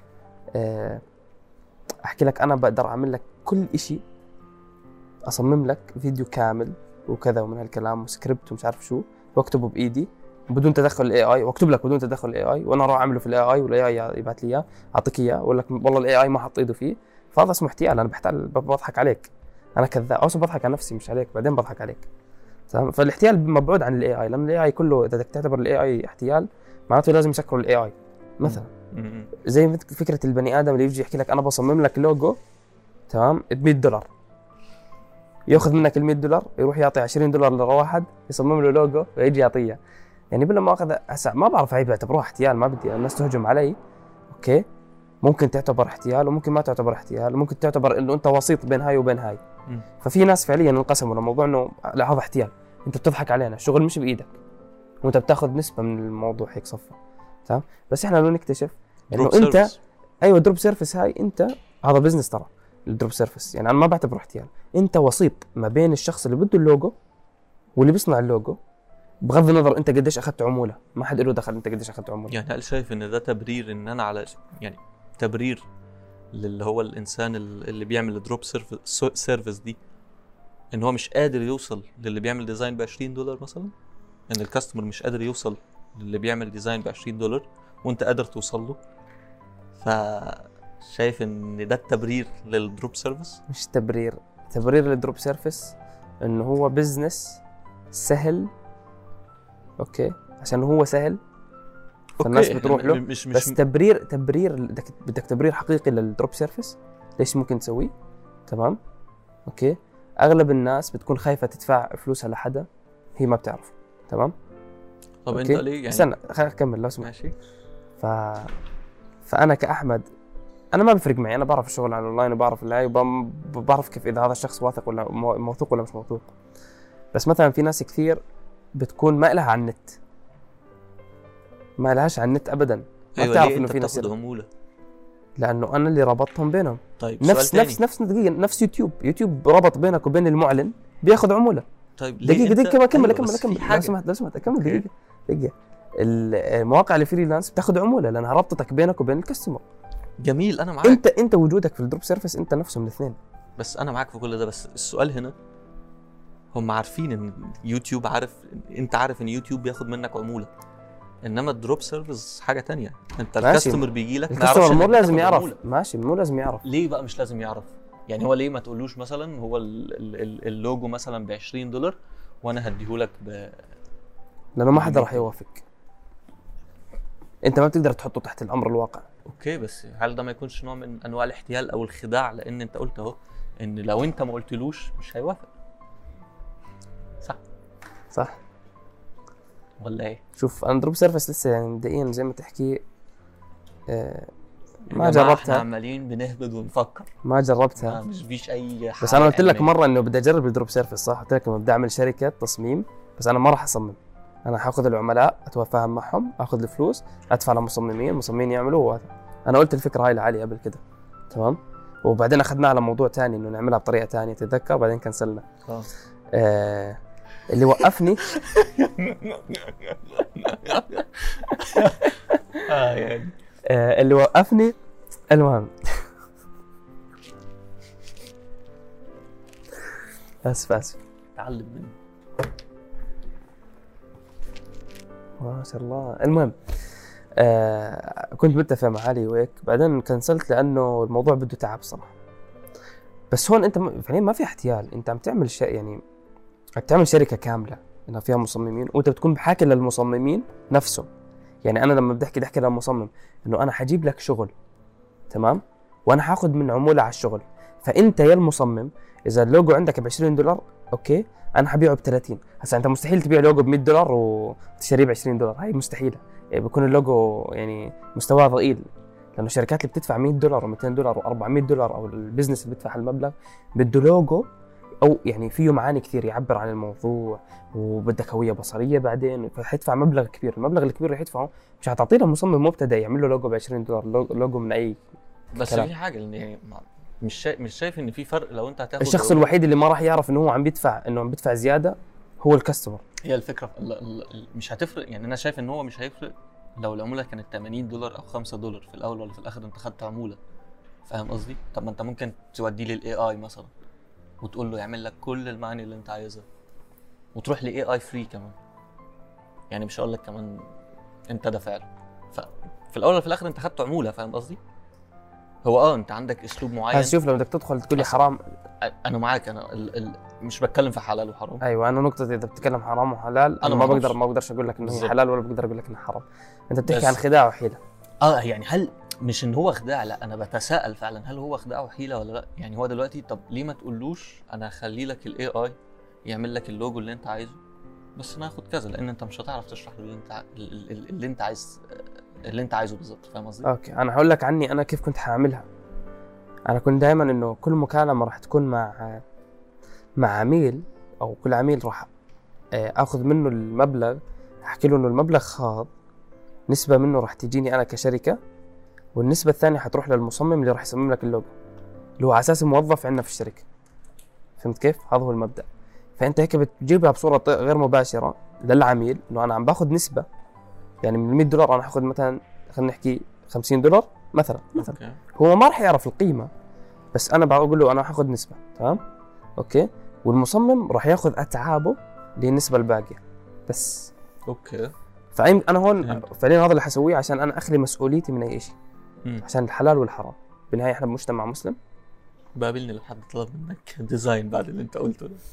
B: احكي لك انا بقدر اعمل لك كل إشي، اصمم لك فيديو كامل وكذا ومن هالكلام وسكريبت ومش عارف شو، واكتبه بايدي بدون تدخل الاي اي، واكتب لك بدون تدخل الاي اي، وانا اروح اعمله في الاي اي والاي اي يبعث لي اياه، اعطيك اياه، واقول لك والله الاي اي ما حط ايده فيه. فهذا اسمه احتيال. انا بضحك عليك، انا كذاب، اصلا بضحك على نفسي مش عليك، بعدين بضحك عليك. تمام. فالاحتيال مبعود عن الاي اي، لان الاي اي كله اذا بدك تعتبر الاي اي احتيال معناته لازم يسكروا الاي اي. مثلا زي فكره البني ادم اللي يجي يحكي لك انا بصمم لك لوجو تمام ب$100، ياخذ منك ال$100 يروح يعطي $20 لواحد يصمم له لوجو ويجي يعطيه. يعني بلا ما اخذ هسه ما بعرف هي بيعتبروها احتيال، ما بدي الناس تهجم علي. اوكي، ممكن تعتبر احتيال وممكن ما تعتبر احتيال، ممكن تعتبر انه انت وسيط بين هاي وبين هاي. ففي ناس فعليا انقسموا لموضوع انه لا هذا احتيال، انت بتضحك علينا، الشغل مش بايدك وانت بتاخذ نسبه من الموضوع هيك صفى. تمام. بس احنا لو نكتشف انه انت ايوه دروب سيرفيس، هاي انت هذا بزنس ترى الدروب سيرفيس. يعني انا ما بعتبره احتيال، انت وسيط ما بين الشخص اللي بده اللوجو واللي بيصنع اللوجو، بغض النظر انت قديش اخذت عموله، ما حد له دخل انت قديش اخذت عموله.
A: يعني هل شايف ان ده تبرير ان انا على يعني تبرير اللي هو الانسان اللي بيعمل الدروب سيرفيس دي ان هو مش قادر يوصل للي بيعمل ديزاين $20 مثلا؟ ان الكاستمر مش قادر يوصل للي بيعمل ديزاين $20 وانت قادر توصل له؟ فشايف ان ده التبرير للدروب سيرفيس؟
B: مش تبرير للدروب سيرفيس انه هو بزنس سهل. اوكي، عشان هو سهل فالناس بتروح له. مش بس تبرير بدك تبرير حقيقي للدروب سيرفيس ليش ممكن تسويه. تمام. اوكي، اغلب الناس بتكون خايفه تدفع فلوسها لحدا هي ما بتعرف. تمام.
A: طب انت ليه يعني؟
B: استنى خليني اكمل لو سمحت.
A: ماشي.
B: فانا كاحمد انا ما بفرق معي، انا بعرف الشغل على الاونلاين وبعرف اللاي وبعرف كيف اذا هذا الشخص واثق ولا موثوق ولا مش موثوق. بس مثلا في ناس كثير بتكون ما لها على النت، ما لهاش على النت ابدا، ما
A: أيوة
B: بتعرف انه في ناس
A: عموله،
B: لانه انا اللي ربطهم بينهم.
A: طيب
B: نفس دقيقه نفس يوتيوب ربط بينك وبين المعلن بياخذ عموله.
A: طيب
B: دقيقه كمل
A: لو
B: سمحت اكمل دقيقه. المواقع الفريلانس بتاخذ عموله لانها ربطتك بينك وبين الكاستمر.
A: جميل، انا معاك.
B: انت وجودك في الدروب سيرفيس انت نفسهم الاثنين.
A: بس انا معاك في كل ده، بس السؤال هنا هم عارفين ان يوتيوب عارف، انت عارف ان يوتيوب بياخد منك عموله، انما الدروب سيرفيس حاجه تانية. انت الكاستمر بيجي لك
B: الكاستمر مو لازم يعرف. ماشي، مو لازم يعرف.
A: ليه بقى مش لازم يعرف؟ يعني هو ليه ما تقولوش مثلا هو اللوجو مثلا $20 وانا هديهولك
B: لانه ما حدا راح يوافق. انت ما بتقدر تحطه تحت الامر الواقع.
A: اوكي، بس هل ده ما يكونش نوع من انواع الاحتيال او الخداع؟ لان انت قلت اهو ان لو انت ما قلتلوش مش هيوافق.
B: صح
A: ولا ايه؟
B: شوف انا دروب سيرفيس لسه يعني مبدئيا زي ما تحكي ما جربتها.
A: احنا عمالين بنهبد ونفكر،
B: ما جربتها،
A: مش فيش اي حاجه.
B: بس انا قلت لك مره انه بدي اجرب الدروب سيرفيس. صح، قلت لك بدي اعمل شركه تصميم، بس انا ما راح اصمم، انا حاخذ العملاء اتفاهم معهم، اخذ الفلوس ادفع لمصممين يعملوا. انا قلت الفكره هاي لعلي قبل كده. تمام. وبعدين اخذناها على موضوع ثاني انه نعملها بطريقه ثانيه تتذكر، بعدين كنسلنا. اللي وقفني
A: يعني
B: اللي وقفني المهم اسف
A: تعلم مني
B: ما شاء الله. المهم كنت متفق مع علي وهيك، بعدين كنسلت لانه الموضوع بده تعب صراحه. بس هون انت يعني ما في احتيال، انت عم تعمل شيء، يعني عم تعمل شركه كامله انها فيها مصممين وانت بتكون بحاكي للمصممين نفسهم. يعني انا لما بدي احكي للمصمم انه انا حجيب لك شغل، تمام، وانا حاخذ من عموله على الشغل. فانت يا المصمم اذا اللوجو عندك ب$20 اوكي، انا حبيعه ب30. هسه انت مستحيل تبيع لوجو ب$100 وتشتريه ب$20، هاي مستحيله. يعني بيكون اللوجو يعني مستواه ضئيل، لانه الشركات اللي بتدفع $100 و$200 و$400 او البزنس اللي بيدفع المبلغ بده لوجو او يعني فيه معاني كثير يعبر عن الموضوع، وبدك هويه بصريه بعدين، فحيدفع مبلغ كبير. المبلغ الكبير اللي يدفعه مش هتعطيه لمصمم مبتدئ يعمل له لوجو ب$20، لوجو من اي
A: بس كلام. في حاجه يعني مش شايف ان في فرق لو انت هتاخد
B: الشخص الوحيد اللي ما راح يعرف انه هو عم بيدفع زياده هو الكاستمر.
A: هي الفكره مش هتفرق يعني. انا شايف ان هو مش هيفرق لو العموله كانت $80 او $5 في الاول ولا في الاخر انت خدت عموله. فاهم قصدي؟ طب ما انت ممكن توديه للاي اي مثلا وتقول له يعمل لك كل المعاني اللي انت عايزها وتروح لاي اي فري كمان. يعني مش هقول لك كمان انت دافع له. ففي الاول وفي الاخر انت خدت عموله. فاهم قصدي؟ هو انت عندك اسلوب معين.
B: شوف لو بدك تدخل تقول لي حرام،
A: انا معاك. انا مش بتكلم في حلال وحرام.
B: ايوه انا نقطه اذا بتتكلم حرام وحلال انا ما بقدرش اقول لك انه هي حلال ولا بقدر اقول لك انه حرام. انت بتحكي عن خداع وحيله.
A: يعني هل مش ان هو خداع؟ لا انا بتساءل فعلا هل هو خداع وحيله ولا لا. يعني هو دلوقتي طب ليه ما تقولوش انا هخلي لك الاي اي يعمل لك اللوجو اللي انت عايزه بس ناخد كذا، لان انت مش هتعرف تشرح له اللي انت عايزه بالظبط. فاهم قصدي؟
B: اوكي انا هقول لك عني انا كيف كنت حاعملها. انا كنت دائما انه كل مكالمه راح تكون مع عميل او كل عميل راح اخذ منه المبلغ، احكي له انه المبلغ خاض نسبه منه راح تجيني انا كشركه، والنسبه الثانيه حتروح للمصمم اللي راح يصمم لك اللوجو اللي هو على اساس موظف عندنا في الشركه. فهمت كيف؟ هذا هو المبدا. فانت هيك بتجيبها بصوره غير مباشره للعميل انه انا عم باخذ نسبه. يعني من $100 انا هاخذ مثلا خلينا نحكي $50 مثلا. هو ما راح يعرف القيمه بس انا بقول له انا هاخذ نسبه. تمام اوكي. والمصمم راح ياخذ اتعابه للنسبه الباقيه بس.
A: اوكي.
B: فانا هون فعليا هذا اللي حسويه عشان انا اخلي مسؤوليتي من اي شيء. عشان الحلال والحرام. بالنهايه احنا بمجتمع مسلم.
A: بقابلني لحد طلب منك ديزاين بعد اللي انت قلته ده.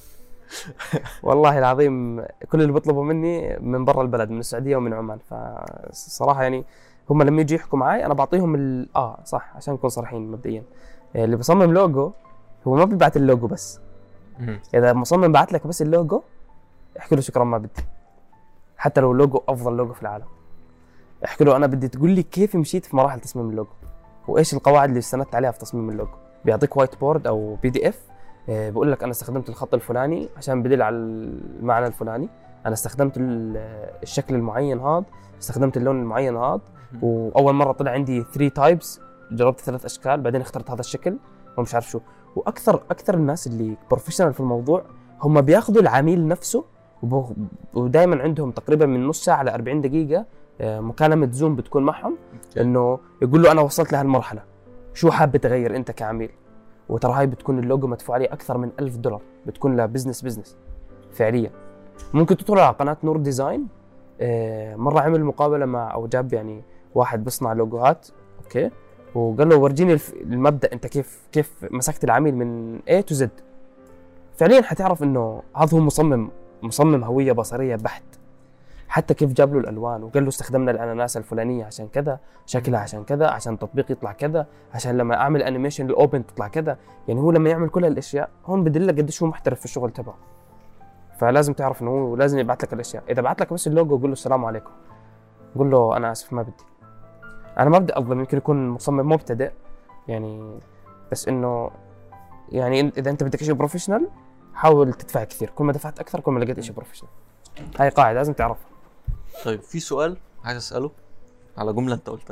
B: والله العظيم كل اللي بيطلبوا مني من برا البلد، من السعوديه ومن عمان. فصراحه يعني هم لما يجي يحكوا معي انا بعطيهم صح عشان نكون صريحين مبدئيا. اللي بيصمم لوجو هو ما بيبعت اللوجو بس. اذا المصمم بعت لك بس اللوجو احكي له شكرا ما بدي، حتى لو اللوجو افضل لوجو في العالم. احكي له انا بدي تقول لي كيف مشيت في مراحل تصميم اللوجو وايش القواعد اللي استندت عليها في تصميم اللوجو. بيعطيك وايت بورد او PDF بقول لك انا استخدمت الخط الفلاني عشان بدل على المعنى الفلاني، انا استخدمت الشكل المعين هذا، استخدمت اللون المعين هذا، واول مره طلع عندي 3 تايبس، جربت 3 اشكال بعدين اخترت هذا الشكل ومش عارف شو. واكثر الناس اللي بروفيشنال في الموضوع هم بياخذوا العميل نفسه ودائما عندهم تقريبا من نص ساعه ل 40 دقيقه مكالمه زوم بتكون معهم انه يقول له انا وصلت لهالمرحله شو حاب تغير انت كعميل. وترى هاي بتكون اللوجو مدفوع عليه اكثر من $1000 بتكون له بزنس فعليا. ممكن تدخل على قناه نور ديزاين. مره عمل مقابله مع او جاب يعني واحد بيصنع لوجوهات اوكي، وقال له ورجيني المبدا انت كيف مسكت العميل من A to Z. فعليا حتعرف انه هذا هو مصمم هويه بصريه بحت. حتى كيف جاب له الالوان وقال له استخدمنا الاناناس الفلانيه عشان كذا، شكلها عشان كذا، عشان التطبيق يطلع كذا، عشان لما اعمل انيميشن للاوبن تطلع كذا. يعني هو لما يعمل كل هالاشياء هون بدلك قديش هو محترف في الشغل تبعه. فلازم تعرف انه هو لازم يبعث لك الاشياء. اذا بعث لك بس اللوجو قول له السلام عليكم، قول له انا اسف ما بدي. انا ما بدي اظلم، يمكن يكون مصمم مبتدئ يعني، بس انه يعني اذا انت بدك شيء بروفيشنال حاول تدفع كثير، كل ما دفعت اكثر كل ما لقيت شيء بروفيشنال. هاي قاعده لازم تعرفها.
A: طيب في سؤال عايز اساله على جمله انت قلتها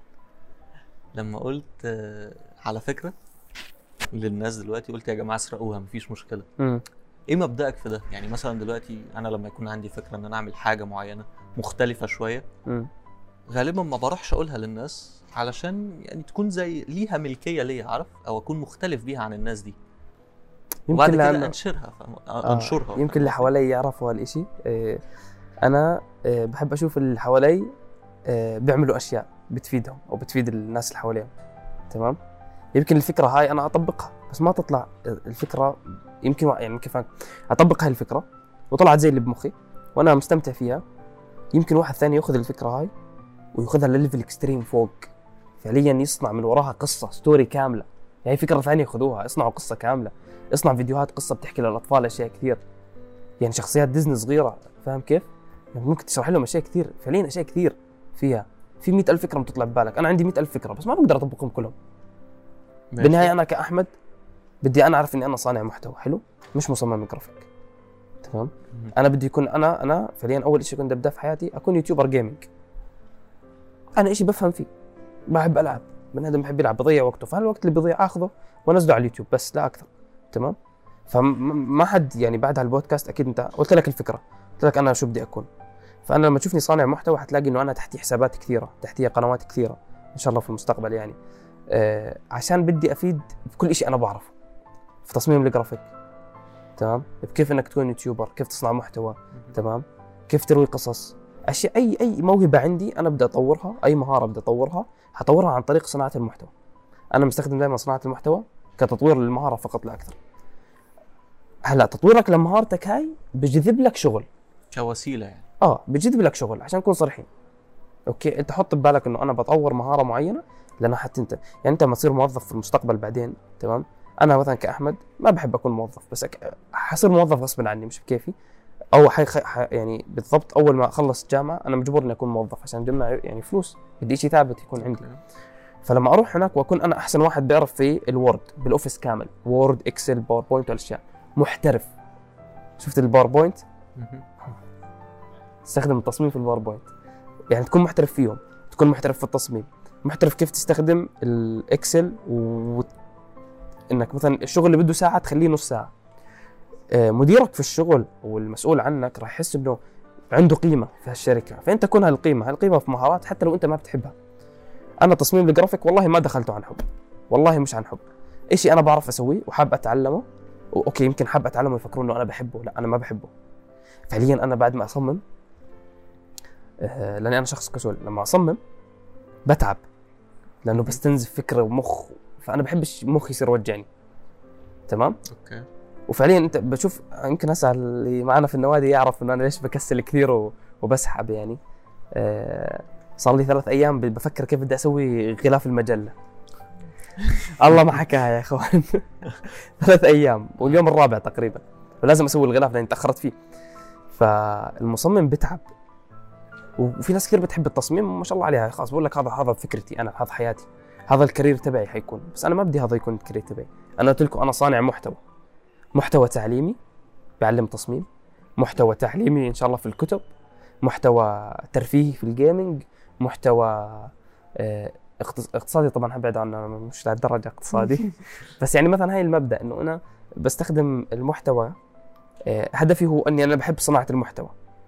A: لما قلت على فكره للناس دلوقتي، قلت يا جماعه اسرقوها مفيش مشكله. ايه مبدأك في ده؟ يعني مثلا دلوقتي انا لما يكون عندي فكره ان انا اعمل حاجه معينه مختلفه شويه غالبا ما بروحش اقولها للناس علشان يعني تكون زي ليها ملكيه ليا، عارف، او اكون مختلف بيها عن الناس دي وبعد كده انشرها انشرها.
B: يمكن اللي حوالي يعرفوا هالشيء. انا بحب اشوف اللي حوالي بيعملوا اشياء بتفيدهم او بتفيد الناس اللي حواليهم. تمام. يمكن الفكره هاي انا اطبقها بس ما تطلع الفكره، يمكن يعني كيف اطبق هاي الفكره وطلعت زي اللي بمخي وانا مستمتع فيها. يمكن واحد ثاني ياخذ الفكره هاي وياخذها لليفل اكستريم فوق، فعليا يصنع من وراها قصه ستوري كامله. يعني فكره ثانيه خذوها اصنعوا قصه كامله، اصنع فيديوهات قصه بتحكي للاطفال اشياء كثير، يعني شخصيات ديزني صغيره. فاهم كيف؟ يعني ممكن تشرح لهم اشياء كثير، فعليا اشياء كثير فيها. في 100,000 فكره بتطلع ببالك، انا عندي 100,000 فكره بس ما بقدر اطبقهم كلهم. بالنهايه انا كاحمد بدي انا اعرف اني انا صانع محتوى حلو مش مصمم جرافيك. تمام. انا بدي يكون انا فعليا اول شيء كنت ابدا في حياتي اكون يوتيوبر جيمنج. انا شيء بفهم فيه، بحب العب، بني ادم بحب يلعب بضيع وقته، فهالوقت اللي بضيع اخذه وانزله على اليوتيوب بس لا اكثر. تمام. فما حد يعني بعد هالبودكاست اكيد انت قلت لك الفكره، قلت لك انا شو بدي اكون. فانا لما تشوفني صانع محتوى حتلاقي انه انا تحتي حسابات كثيره، تحتي قنوات كثيره ان شاء الله في المستقبل يعني، عشان بدي افيد بكل شيء انا بعرفه في تصميم الجرافيك، تمام، بكيف انك تكون يوتيوبر، كيف تصنع محتوى، تمام، كيف تروي قصص، اشياء اي موهبه عندي انا بدي اطورها، اي مهاره بدي اطورها حطورها عن طريق صناعه المحتوى. انا مستخدم دائما صناعه المحتوى كتطوير للمهاره فقط لا اكثر. هلا تطويرك لمهارتك هاي بجذب لك شغل
A: كوسيله يعني،
B: بجذب لك شغل عشان نكون صريحين. اوكي، انت حط ببالك انه انا بطور مهاره معينه، لان حتى انت يعني انت لما تصير موظف في المستقبل بعدين، تمام، انا مثلا كاحمد ما بحب اكون موظف، بس حصير موظف غصب عني مش بكيفي، او يعني بالضبط اول ما اخلص الجامعه انا مجبور اني اكون موظف عشان اجمع يعني فلوس، بدي شيء ثابت يكون عندي. فلما اروح هناك واكون انا احسن واحد بيعرف في الوورد بالاوفيس كامل، وورد اكسل باوربوينت والاشياء، محترف. شفت الباوربوينت؟ تستخدم التصميم في الباوربوينت، يعني تكون محترف فيهم، تكون محترف في التصميم، محترف كيف تستخدم الاكسل، انك مثلا الشغل اللي بده ساعه تخليه نص ساعه. مديرك في الشغل والمسؤول عنك راح يحس انه عنده قيمه في هالشركه، فانت تكون هالقيمه في مهارات حتى لو انت ما بتحبها. انا تصميم الجرافيك والله ما دخلته عن حب، والله مش عن حب، شيء انا بعرف اسويه وحاب اتعلمه. اوكي يمكن حاب اتعلمه يفكرون انه انا بحبه، لا انا ما بحبه فعليا. انا بعد ما اصمم، لاني انا شخص كسول، لما اصمم بتعب لانه بستنزف فكره ومخ، فانا بحبش مخي يصير يوجعني، تمام.
A: اوكي.
B: وفعليا انت بشوف يمكن هسه اللي معنا في النوادي يعرف انه انا ليش بكسل كثير وبسحب يعني. صار لي 3 أيام بفكر كيف بدي اسوي غلاف المجله. الله ما حكاها يا اخوان. 3 أيام واليوم الرابع تقريبا، ولازم اسوي الغلاف لاني تاخرت فيه. فالمصمم بتعب، وفي ناس كثير بتحب التصميم ما شاء الله عليها، خلاص بقول لك هذا فكرتي انا، هذا حياتي، هذا الكارير تبعي حيكون. بس انا ما بدي هذا يكون الكارير تبعي. انا قلت لكم انا صانع محتوى تعليمي بعلم تصميم، محتوى تعليمي ان شاء الله في الكتب، محتوى ترفيهي في الجيمنج، محتوى اقتصادي طبعا هبعد عنه، مش لهالدرجه اقتصادي. بس يعني مثلا هاي المبدا انه انا بستخدم المحتوى، هدفي هو اني انا بحب صناعه المحتوى.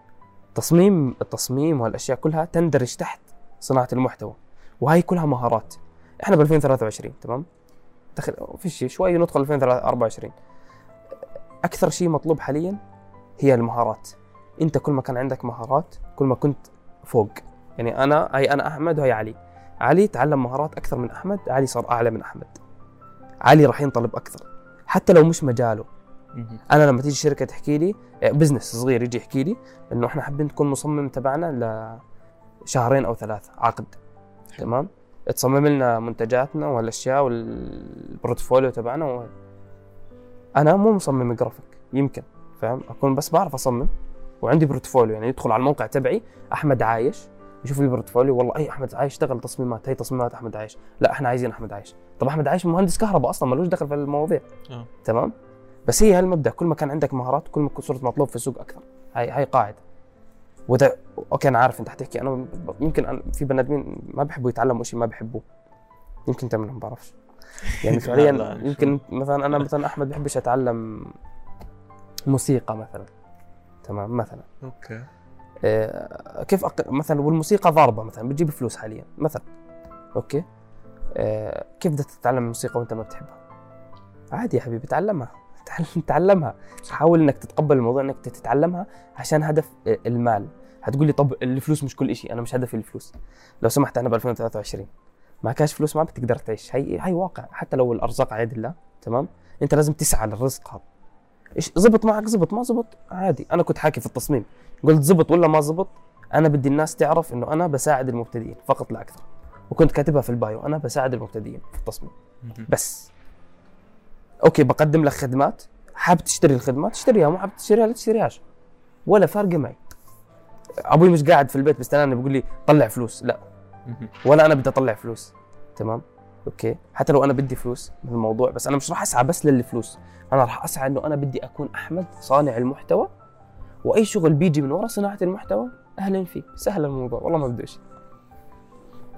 B: التصميم والاشياء كلها تندرج تحت صناعه المحتوى، وهي كلها مهارات. احنا ب 2023 تمام، في شيء شوي ندخل 2024. اكثر شيء مطلوب حاليا هي المهارات. انت كل ما كان عندك مهارات كل ما كنت فوق. يعني انا احمد وهي علي تعلم مهارات اكثر من احمد، علي صار اعلى من احمد، علي راح ينطلب اكثر حتى لو مش مجاله. انا لما تيجي شركه تحكي لي بزنس صغير يجي يحكي لي انه احنا حابين تكون مصمم تبعنا لشهرين او 3 عقد، تمام، تصمم لنا منتجاتنا والاشياء والبورتفوليو تبعنا. انا مو مصمم جرافيك، يمكن فاهم اكون بس بعرف اصمم وعندي بورتفوليو، يعني يدخل على الموقع تبعي احمد عايش يشوف لي بورتفوليو، والله اي احمد عايش اشتغل تصميمات، هي تصميمات احمد عايش، لا احنا عايزين احمد عايش. طب احمد عايش مهندس كهرباء اصلا مالوش دخل في المواضيع. تمام. بس هي هالمبدا، كل ما كان عندك مهارات كل ما صرت مطلوب في السوق اكثر. هاي قاعده. وده اوكي انا عارف انت حتحكي انا يمكن في بني ادمين ما بيحبوا يتعلموا شيء ما بيحبوه، يمكن انت منهم بعرفش يعني فعليا. يمكن مثلا انا مثلا احمد بحبش اتعلم موسيقى مثلا، تمام مثلا.
A: اوكي.
B: كيف مثلا والموسيقى ضاربه مثلا بتجيب فلوس حاليا مثلا، اوكي. كيف بدك تتعلم الموسيقى وانت ما بتحبها؟ عادي يا حبيبي تعلمها. حاول انك تتقبل الموضوع انك تتعلمها عشان هدف المال. هتقول لي طب الفلوس مش كل شيء، انا مش هدفي الفلوس. لو سمحت انا ب 2023 ما كاش فلوس ما بتقدر تعيش، هي واقع. حتى لو الارزاق على يد الله، تمام، انت لازم تسعى للرزق هذا. ايش زبط معك زبط، ما زبط عادي. انا كنت حاكي في التصميم قلت زبط ولا ما زبط، انا بدي الناس تعرف انه انا بساعد المبتدئين فقط لا اكثر. وكنت كاتبها في البايو، انا بساعد المبتدئين في التصميم بس. اوكي بقدم لك خدمات، حابب تشتري الخدمات تشتريها، مو حابب تشتريها لا تشتريهاش، ولا فارق معي. ابوي مش قاعد في البيت بيستناني بيقول لي طلع فلوس، لا، ولا انا بدي اطلع فلوس، تمام. اوكي حتى لو انا بدي فلوس من الموضوع، بس انا مش راح اسعى بس للفلوس، انا راح اسعى انه انا بدي اكون احمد صانع المحتوى، واي شغل بيجي من ورا صناعه المحتوى اهلا فيه، سهل الموضوع والله ما بدي شيء.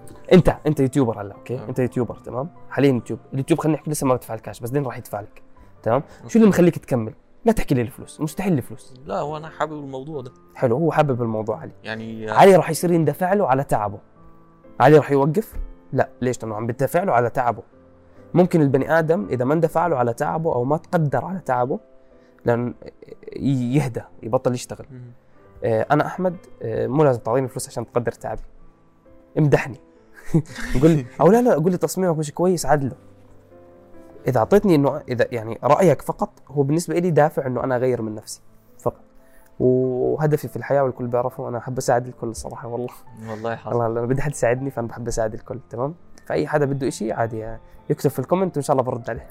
B: انت يوتيوبر هلا، اوكي انت يوتيوبر تمام، حاليا اليوتيوب خلينا نحكي لسه ما بدفع الكاش، بس دين راح يدفع لك. تمام. شو اللي مخليك تكمل؟ لا تحكي لي الفلوس، مستحيل الفلوس.
A: لا هو انا حابب الموضوع ده.
B: حلو، هو حابب الموضوع. علي
A: يعني
B: علي راح يصير يندفع له على تعبه. علي راح يوقف؟ لا. ليش؟ لانه عم بيدفع له على تعبه. ممكن البني ادم اذا ما اندفع له على تعبه او ما تقدر على تعبه لان يهدى، يبطل يشتغل. انا احمد مو لازم تعطيني فلوس عشان تقدر تعبي، امدحني. قول لي او لا قول لي تصميمك مش كويس عدله. اذا اعطيتني انه اذا يعني رايك فقط هو بالنسبه لي دافع انه انا اغير من نفسي فقط. وهدفي في الحياه والكل بيعرفه انا احب اساعد الكل الصراحه. والله
A: حاضر.
B: والله انا بدي حد يساعدني فانا بحب اساعد الكل. تمام. فاي حدا بده شيء عادي يعني يكتب في الكومنت وان شاء الله برد عليه.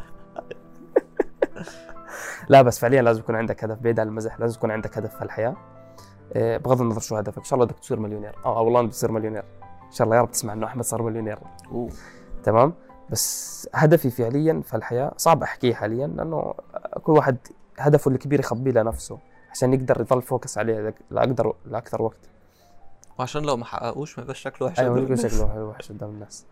B: لا بس فعليا لازم يكون عندك هدف بعيد عن المزح. لازم يكون عندك هدف في الحياه بغض النظر شو هدفك. ان شاء الله بدك تصير مليونير. والله انا بدي اصير مليونير ان شاء الله. يا رب تسمع انه احمد صار مليونير. تمام. بس هدفي فعليا في الحياه صعب احكيه حاليا لانه كل واحد هدفه الكبير يخبيه لنفسه عشان يقدر يضل فوكس عليه لاكثر وقت،
A: وعشان لو ما حققوش ما يبقاش شكله وحش.
B: ايوه ما يبقاش شكله وحش قدام الناس.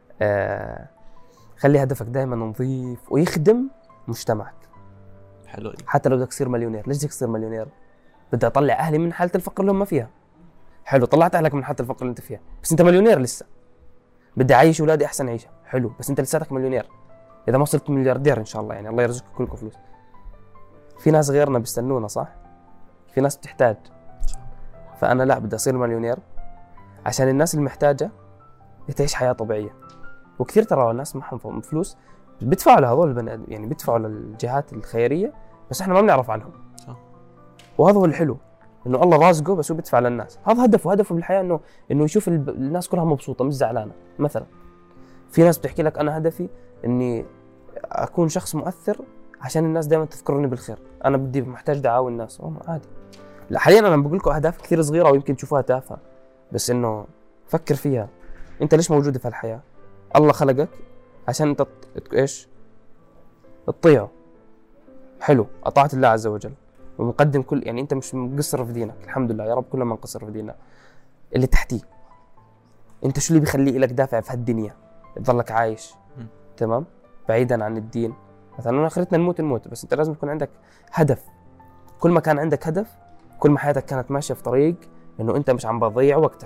B: خلي هدفك دائما نظيف ويخدم مجتمعك.
A: حلو.
B: حتى لو بدك تصير مليونير. ليش بدك تصير مليونير؟ بدي اطلع اهلي من حاله الفقر اللي هم فيها. حلو، طلعت اهلك من حاله الفقر اللي انت فيها بس انت مليونير لسه. بدي اعيش اولادي احسن عيشه. حلو، بس انت لساتك مليونير. اذا ما صرت ملياردير ان شاء الله يعني الله يرزقكم كلكم فلوس. في ناس غيرنا بيستنونا صح؟ في ناس بتحتاج. فانا لا بدي اصير مليونير عشان الناس المحتاجه تعيش حياه طبيعيه. وكثير ترى الناس معهم فلوس بيدفعوا لهذول البني ادم يعني بيدفعوا للجهات الخيريه بس احنا ما بنعرف عنهم. صح. وهذا هو الحلو انه الله رازقه بس هو بيدفع للناس. هذا هدفه بالحياه انه يشوف الناس كلها مبسوطه مش زعلانه. مثلا في ناس بتحكي لك انا هدفي اني اكون شخص مؤثر عشان الناس دائما تذكرني بالخير. انا بدي محتاج دعاوى الناس. عادي. لا حاليا انا بقول لكم اهداف كثير صغيره ويمكن تشوفوها تافهه بس انه فكر فيها. انت ليش موجود في الحياه؟ الله خلقك عشان انت ايش؟ تطيعه. حلو، اطاعت الله عز وجل ومقدم كل يعني انت مش مقصر في دينك. الحمد لله يا رب كلنا ما نقصر في ديننا. اللي تحتيه انت شو اللي بيخلي لك دافع في هالدنيا تضلك عايش؟ تمام. بعيدا عن الدين مثلا اخرتنا نموت بس انت لازم يكون عندك هدف. كل ما كان عندك هدف كل ما حياتك كانت ماشيه في طريق انه انت مش عم بتضيع وقتك.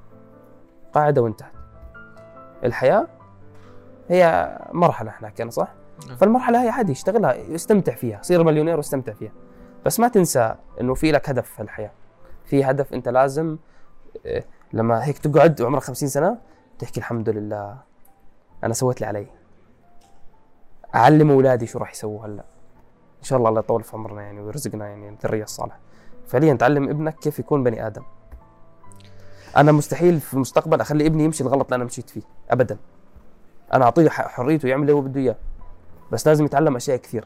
B: قاعده وانتهت. الحياه هي مرحله احنا حكينا صح؟ فالمرحله هي عادي اشتغلها استمتع فيها. صير مليونير واستمتع فيها بس ما تنسى انه في لك هدف في الحياه. في هدف انت لازم لما هيك تقعد وعمرك 50 سنه تحكي الحمد لله انا سويت اللي علي. اعلم اولادي شو راح يسووا هلا ان شاء الله. الله يطول في عمرنا يعني ويرزقنا يعني الذريه الصالحه. فعليا تعلم ابنك كيف يكون بني ادم. انا مستحيل في المستقبل اخلي ابني يمشي الغلط اللي انا مشيت فيه ابدا. انا اعطيه حريته يعمل اللي هو بده اياه بس لازم يتعلم اشياء كثير.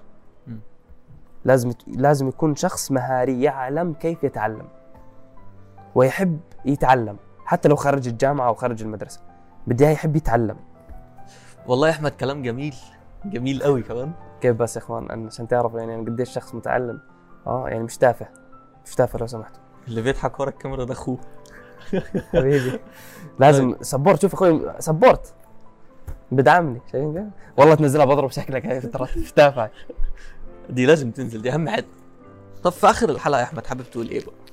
B: لازم يكون شخص مهاري يعلم كيف يتعلم ويحب يتعلم حتى لو خارج الجامعه او خارج المدرسه. بدي يحب يتعلم.
A: والله يا احمد كلام جميل قوي كمان.
B: كيف بس يا اخوان أنا عشان تعرفوا يعني انا قديش شخص متعلم. يعني مش تافه لو سمحتوا.
A: اللي بيضحك ورا الكاميرا ده اخوه.
B: حبيبي لازم سبورت. شوف اخوي سبورت بدعمني شايفين والله تنزلها بضرب شكلك هاي ترى تافه.
A: دي لازم تنزل دي اهم حاجه. طب في اخر الحلقه يا احمد حابب تقول ايه بقى؟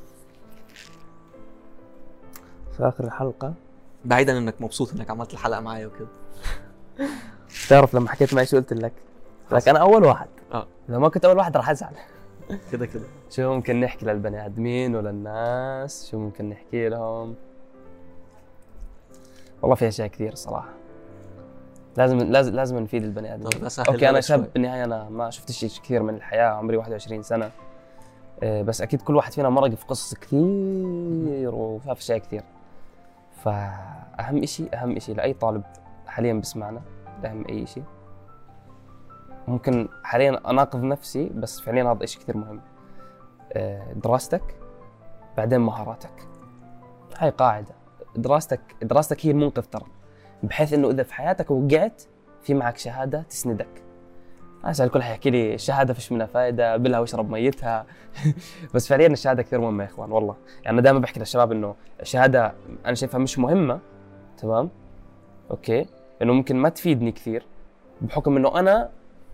B: في اخر الحلقه
A: بعيدا انك مبسوط انك عملت الحلقه معايا وكده.
B: تعرف لما حكيت معي شو قلت لك انا اول واحد. لو ما كنت اول واحد راح ازعل.
A: كده
B: شو ممكن نحكي للبني ادمين وللناس؟ شو ممكن نحكي لهم؟ والله في اشياء كثير صراحه. لازم نفيد البني ادمين. اوكي انا شاب بالنهايه انا ما شفت شيء كثير من الحياه. عمري 21 سنه بس اكيد كل واحد فينا مرق في قصص كثير وشاف اشياء كثير. فاهم شيء لاي طالب حاليا بسمعنا اهم اي شيء ممكن حاليا اناقض نفسي بس فعليا هذا شيء كثير مهم. دراستك بعدين مهاراتك. هاي قاعده. دراستك هي المنقذ ترى بحيث انه اذا في حياتك وقعت في معك شهاده تسندك. عشان الكل حيحكي لي الشهاده فيش منها فائده بلها واشرب ميتها. بس فعليا الشهاده كثير مهمه يا اخوان والله. يعني انا دائما بحكي للشباب انه الشهاده انا شايفها مش مهمه. تمام اوكي انه ممكن ما تفيدني كثير بحكم انه انا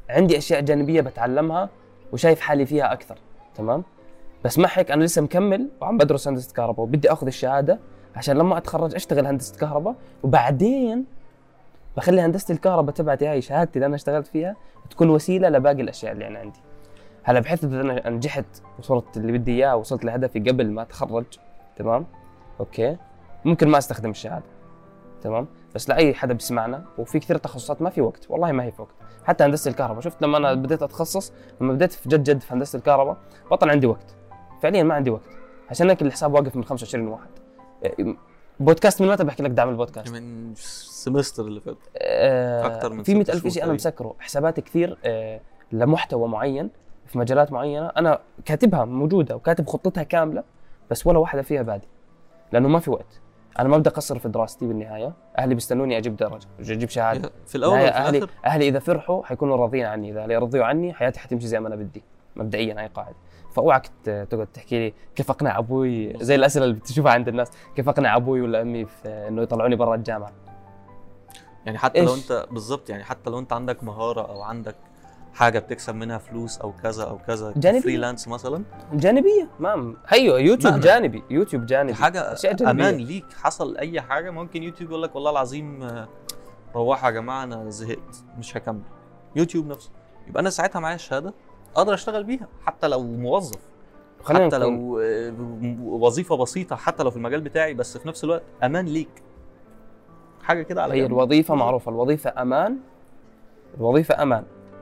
B: عندي اشياء جانبيه بتعلمها وشايف حالي فيها اكثر. تمام. بس مع هيك انا لسه مكمل وعم بدرس هندسه كهرباء وبدي اخذ الشهاده عشان لما اتخرج اشتغل هندسه كهرباء، وبعدين بخلي هندسه الكهرباء تبعتي هاي شهادتي اللي انا اشتغلت فيها تكون وسيله لباقي الاشياء اللي انا عندي. هلا بحيث اذا انا نجحت وصلت اللي بدي اياه وصلت لهدفي قبل ما اتخرج، تمام، اوكي، ممكن ما استخدم الشهاده. تمام. بس لاي حدا بيسمعنا، وفي كثير تخصصات ما في وقت، والله ما هي في وقت. حتى هندسه الكهرباء، شفت لما انا بديت اتخصص، لما بديت في جد في هندسه الكهرباء بطل عندي وقت، فعليا ما عندي وقت. عشان هيك الحساب واقف من 25 واحد. بودكاست من متى بحكي لك دعم البودكاست؟
A: من السمستر اللي فات.
B: اكثر من في 100,000 شيء انا مسكره، حسابات كثير لمحتوى معين في مجالات معينه انا كاتبها موجوده وكاتب خطتها كامله، بس ولا واحده فيها بادي لانه ما في وقت. انا ما بدي اقصر في دراستي بالنهايه، اهلي بيستنوني اجيب درجه، اجيب شهاده
A: في الاول وفي الاخر.
B: اهلي اذا فرحوا حيكونوا راضيين عني، اذا رضيوا عني حياتي حتمشي زي ما انا بدي مبدئيا. هاي قاعده. فاوعك تقعد تحكي لي كيف اقنع ابوي زي الاسئله اللي بتشوفها عند الناس، كيف اقنع ابوي ولا امي في انه يطلعوني برا الجامعه.
A: يعني حتى لو انت بالضبط، يعني حتى لو انت عندك مهاره او عندك حاجه بتكسب منها فلوس او كذا او كذا، فريلانس مثلا
B: جانبيه، ما هيو يوتيوب جانبي، يوتيوب جانبي،
A: حاجه امان ليك. حصل اي حاجه ممكن يوتيوب يقول لك والله العظيم روحوا يا جماعه انا زهقت مش هكمل. يوتيوب نفسه. يبقى انا ساعتها معايا الشهاده اقدر اشتغل بيها حتى لو موظف، حتى لو وظيفه بسيطه، حتى لو في المجال بتاعي، بس في نفس الوقت امان ليك. حاجه كده على
B: هي الوظيفه معروفه، الوظيفه امان، الوظيفه امان،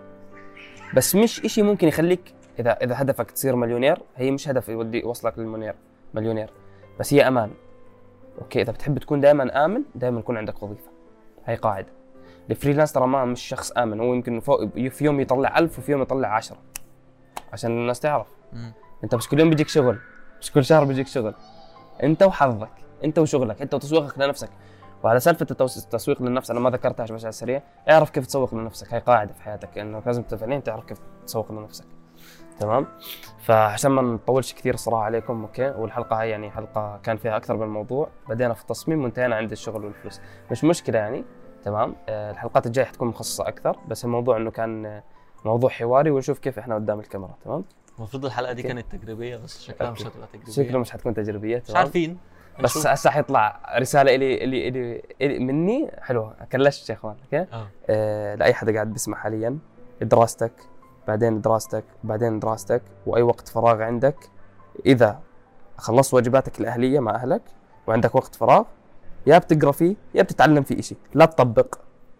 B: بس مش إشي ممكن يخليك اذا هدفك تصير مليونير. هي مش هدف يوصلك مليونير، بس هي امان. اوكي، اذا بتحب تكون دائما امن، دائما يكون عندك وظيفه. هي قاعده. الفريلانس ترى ما مش شخص امن، هو يمكن في يوم يطلع 1000 وفي يوم يطلع 10 عشان الناس تعرف. انت مش كل يوم بيجيك شغل، مش كل شهر بيجيك شغل. انت وحظك، انت وشغلك، انت وتسويقك لنفسك. وعلى سالفه التسويق للنفس انا ما ذكرتهاش بس على السريع، اعرف كيف تسوق لنفسك. هي قاعده في حياتك انه لازم فعليا تعرف كيف تسوق لنفسك. تمام. فعشان ما نطولش كثير الصراحه عليكم، اوكي، والحلقه هي يعني حلقه كان فيها اكثر من موضوع، بدينا في التصميم وانتهينا عند الشغل والفلوس، مش مشكله يعني. تمام. الحلقات الجايه حتكون مخصصه اكثر، بس الموضوع انه كان موضوع حواري ونشوف كيف احنا قدام الكاميرا. تمام.
A: المفروض الحلقه دي كانت تجريبيه، بس شكلها مش هتبقى تجريبيه.
B: شكلها مش حتكون تجريبيه.
A: مش عارفين،
B: بس هسه حيطلع رساله الي مني حلوه. كلشت يا اخوان. اوكي. لاي حدا قاعد بيسمع حاليا، دراستك بعدين دراستك بعدين دراستك، واي وقت فراغ عندك، اذا خلصت واجباتك الاهليه مع اهلك وعندك وقت فراغ، يا بتقرا فيه يا بتتعلم فيه شيء. لا تطبق،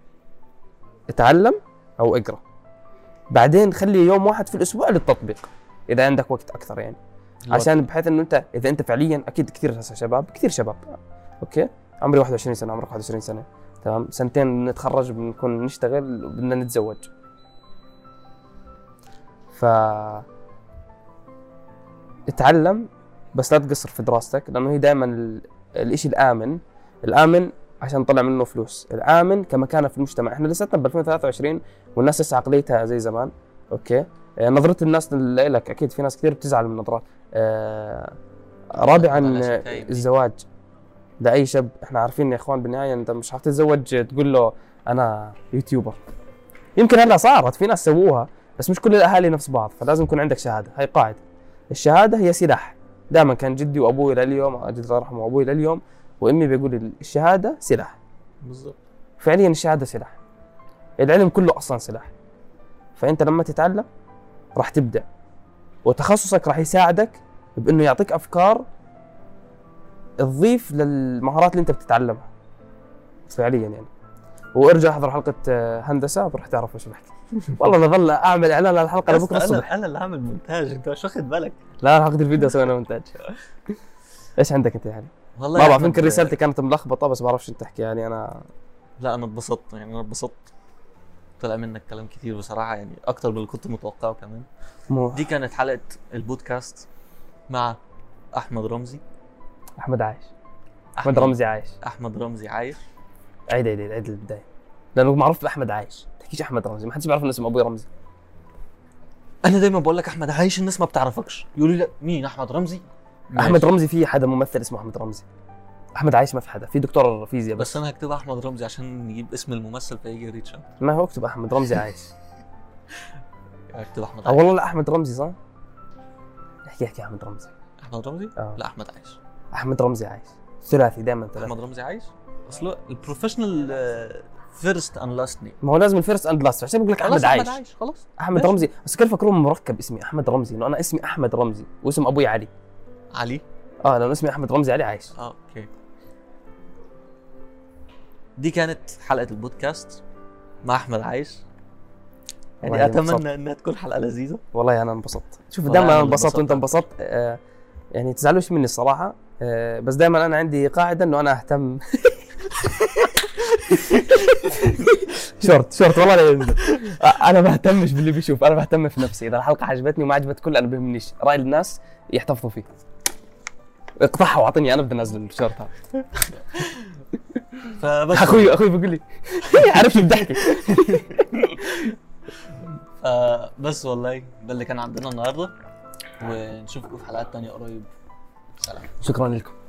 B: اتعلم او اقرا، بعدين خلي يوم واحد في الاسبوع للتطبيق اذا عندك وقت اكثر يعني. عشان بحيث انه انت اذا انت فعليا اكيد كثير شباب، كثير شباب، اوكي، عمري 21 سنه، عمرك 21 سنه، تمام، سنتين نتخرج بنكون نشتغل وبدنا نتزوج. ف اتعلم بس لا تقصر في دراستك، لانه هي دائما الاشي الامن عشان نطلع منه فلوس، الامن كمكانه في المجتمع. احنا لساتنا ب 2023 والناس لسه عقليتها زي زمان. اوكي. نظرة الناس لك اكيد في ناس كثير بتزعل من نظرات. رابعا الزواج لاي شاب. احنا عارفين يا اخوان بالنهايه انت مش حتتزوج تقول له انا يوتيوبر. يمكن هلا صارت في ناس سووها، بس مش كل الاهالي نفس بعض، فلازم يكون عندك شهاده. هاي قاعده. الشهاده هي سلاح. دائما كان جدي وابوي لليوم، جدي الله يرحمه وابوي لليوم وامي بيقولوا لي الشهاده سلاح.
A: بالضبط.
B: فعليا الشهاده سلاح. العلم كله اصلا سلاح. فانت لما تتعلم راح تبدع، وتخصصك راح يساعدك بانه يعطيك افكار تضيف للمهارات اللي انت بتتعلمها فعليا يعني. وارجع احضر حلقه هندسه بروح تعرف ايش بحكي. والله بظل اعمل اعلان على الحلقه لبكره الصبح.
A: انا اللي عامل مونتاج، انت مش واخد بالك؟
B: لا حلقه الفيديو سوينا مونتاج. ايش عندك انت يعني؟
A: والله
B: ما بعرف، يمكن رسالتي كانت ملخبطه بس ما بعرفش انت تحكي يعني. انا
A: لا انا اتبسطت يعني، انا اتبسطت، طلع منك كلام كتير بصراحه يعني، اكتر من اللي كنت متوقعه كمان. دي كانت حلقه البودكاست مع احمد رمزي.
B: احمد عايش. احمد رمزي عايش.
A: احمد رمزي عايش.
B: عيد البدايه، لانه معروف باحمد عايش، ما تحكيش احمد رمزي، ما حدش بيعرف اسم ابوي رمزي.
A: انا دايما بقول لك احمد عايش، الناس ما بتعرفكش، يقولوا لي مين احمد رمزي؟
B: احمد رمزي في حدا ممثل اسمه احمد رمزي. احمد عايش ما في حدا، في دكتور فيزياء
A: بس انا هكتب احمد رمزي عشان نجيب اسم الممثل فيجي ريتش.
B: ما هو اكتب احمد رمزي عايش.
A: اكتب احمد عايش.
B: والله لا احمد رمزي صح؟ احكي احمد رمزي.
A: احمد رمزي؟ لا احمد عايش.
B: احمد رمزي عايش ثلاثي دائما ثلاثي.
A: احمد رمزي عايش اصله البروفيشنال فيرست اند لاست نيم.
B: ما هو لازم الفيرست اند لاست عشان بقول لك احمد عايش.
A: خلاص
B: احمد رمزي بس كيف فكروا مركب اسمي احمد رمزي انه انا اسمي احمد رمزي واسم ابوي علي. لانه اسمي احمد رمزي علي عايش.
A: اوكي. دي كانت حلقة البودكاست مع احمد عايش. يعني اتمنى انها تكون حلقة لذيذة.
B: والله انا انبسطت. شوف دائما انا انبسطت وانت انبسطت. يعني تزعلوش مني الصراحة. بس دائما انا عندي قاعدة انه انا اهتم. شورت والله لا ينزل. انا ما بهتمش باللي بيشوف، انا بهتم في نفسي. اذا الحلقة عجبتني وما عجبت كل انا بهمنيش، رأي الناس يحتفظوا فيه. اقطعها واعطيني انا بدي انزل الشورت هذا.
A: فبس
B: اخوي بيقول لي عارف شو بدي احكي.
A: بس والله ده اللي كان عندنا النهارده، ونشوفكم في حلقات تانية قريب. سلام.
B: شكرا لكم.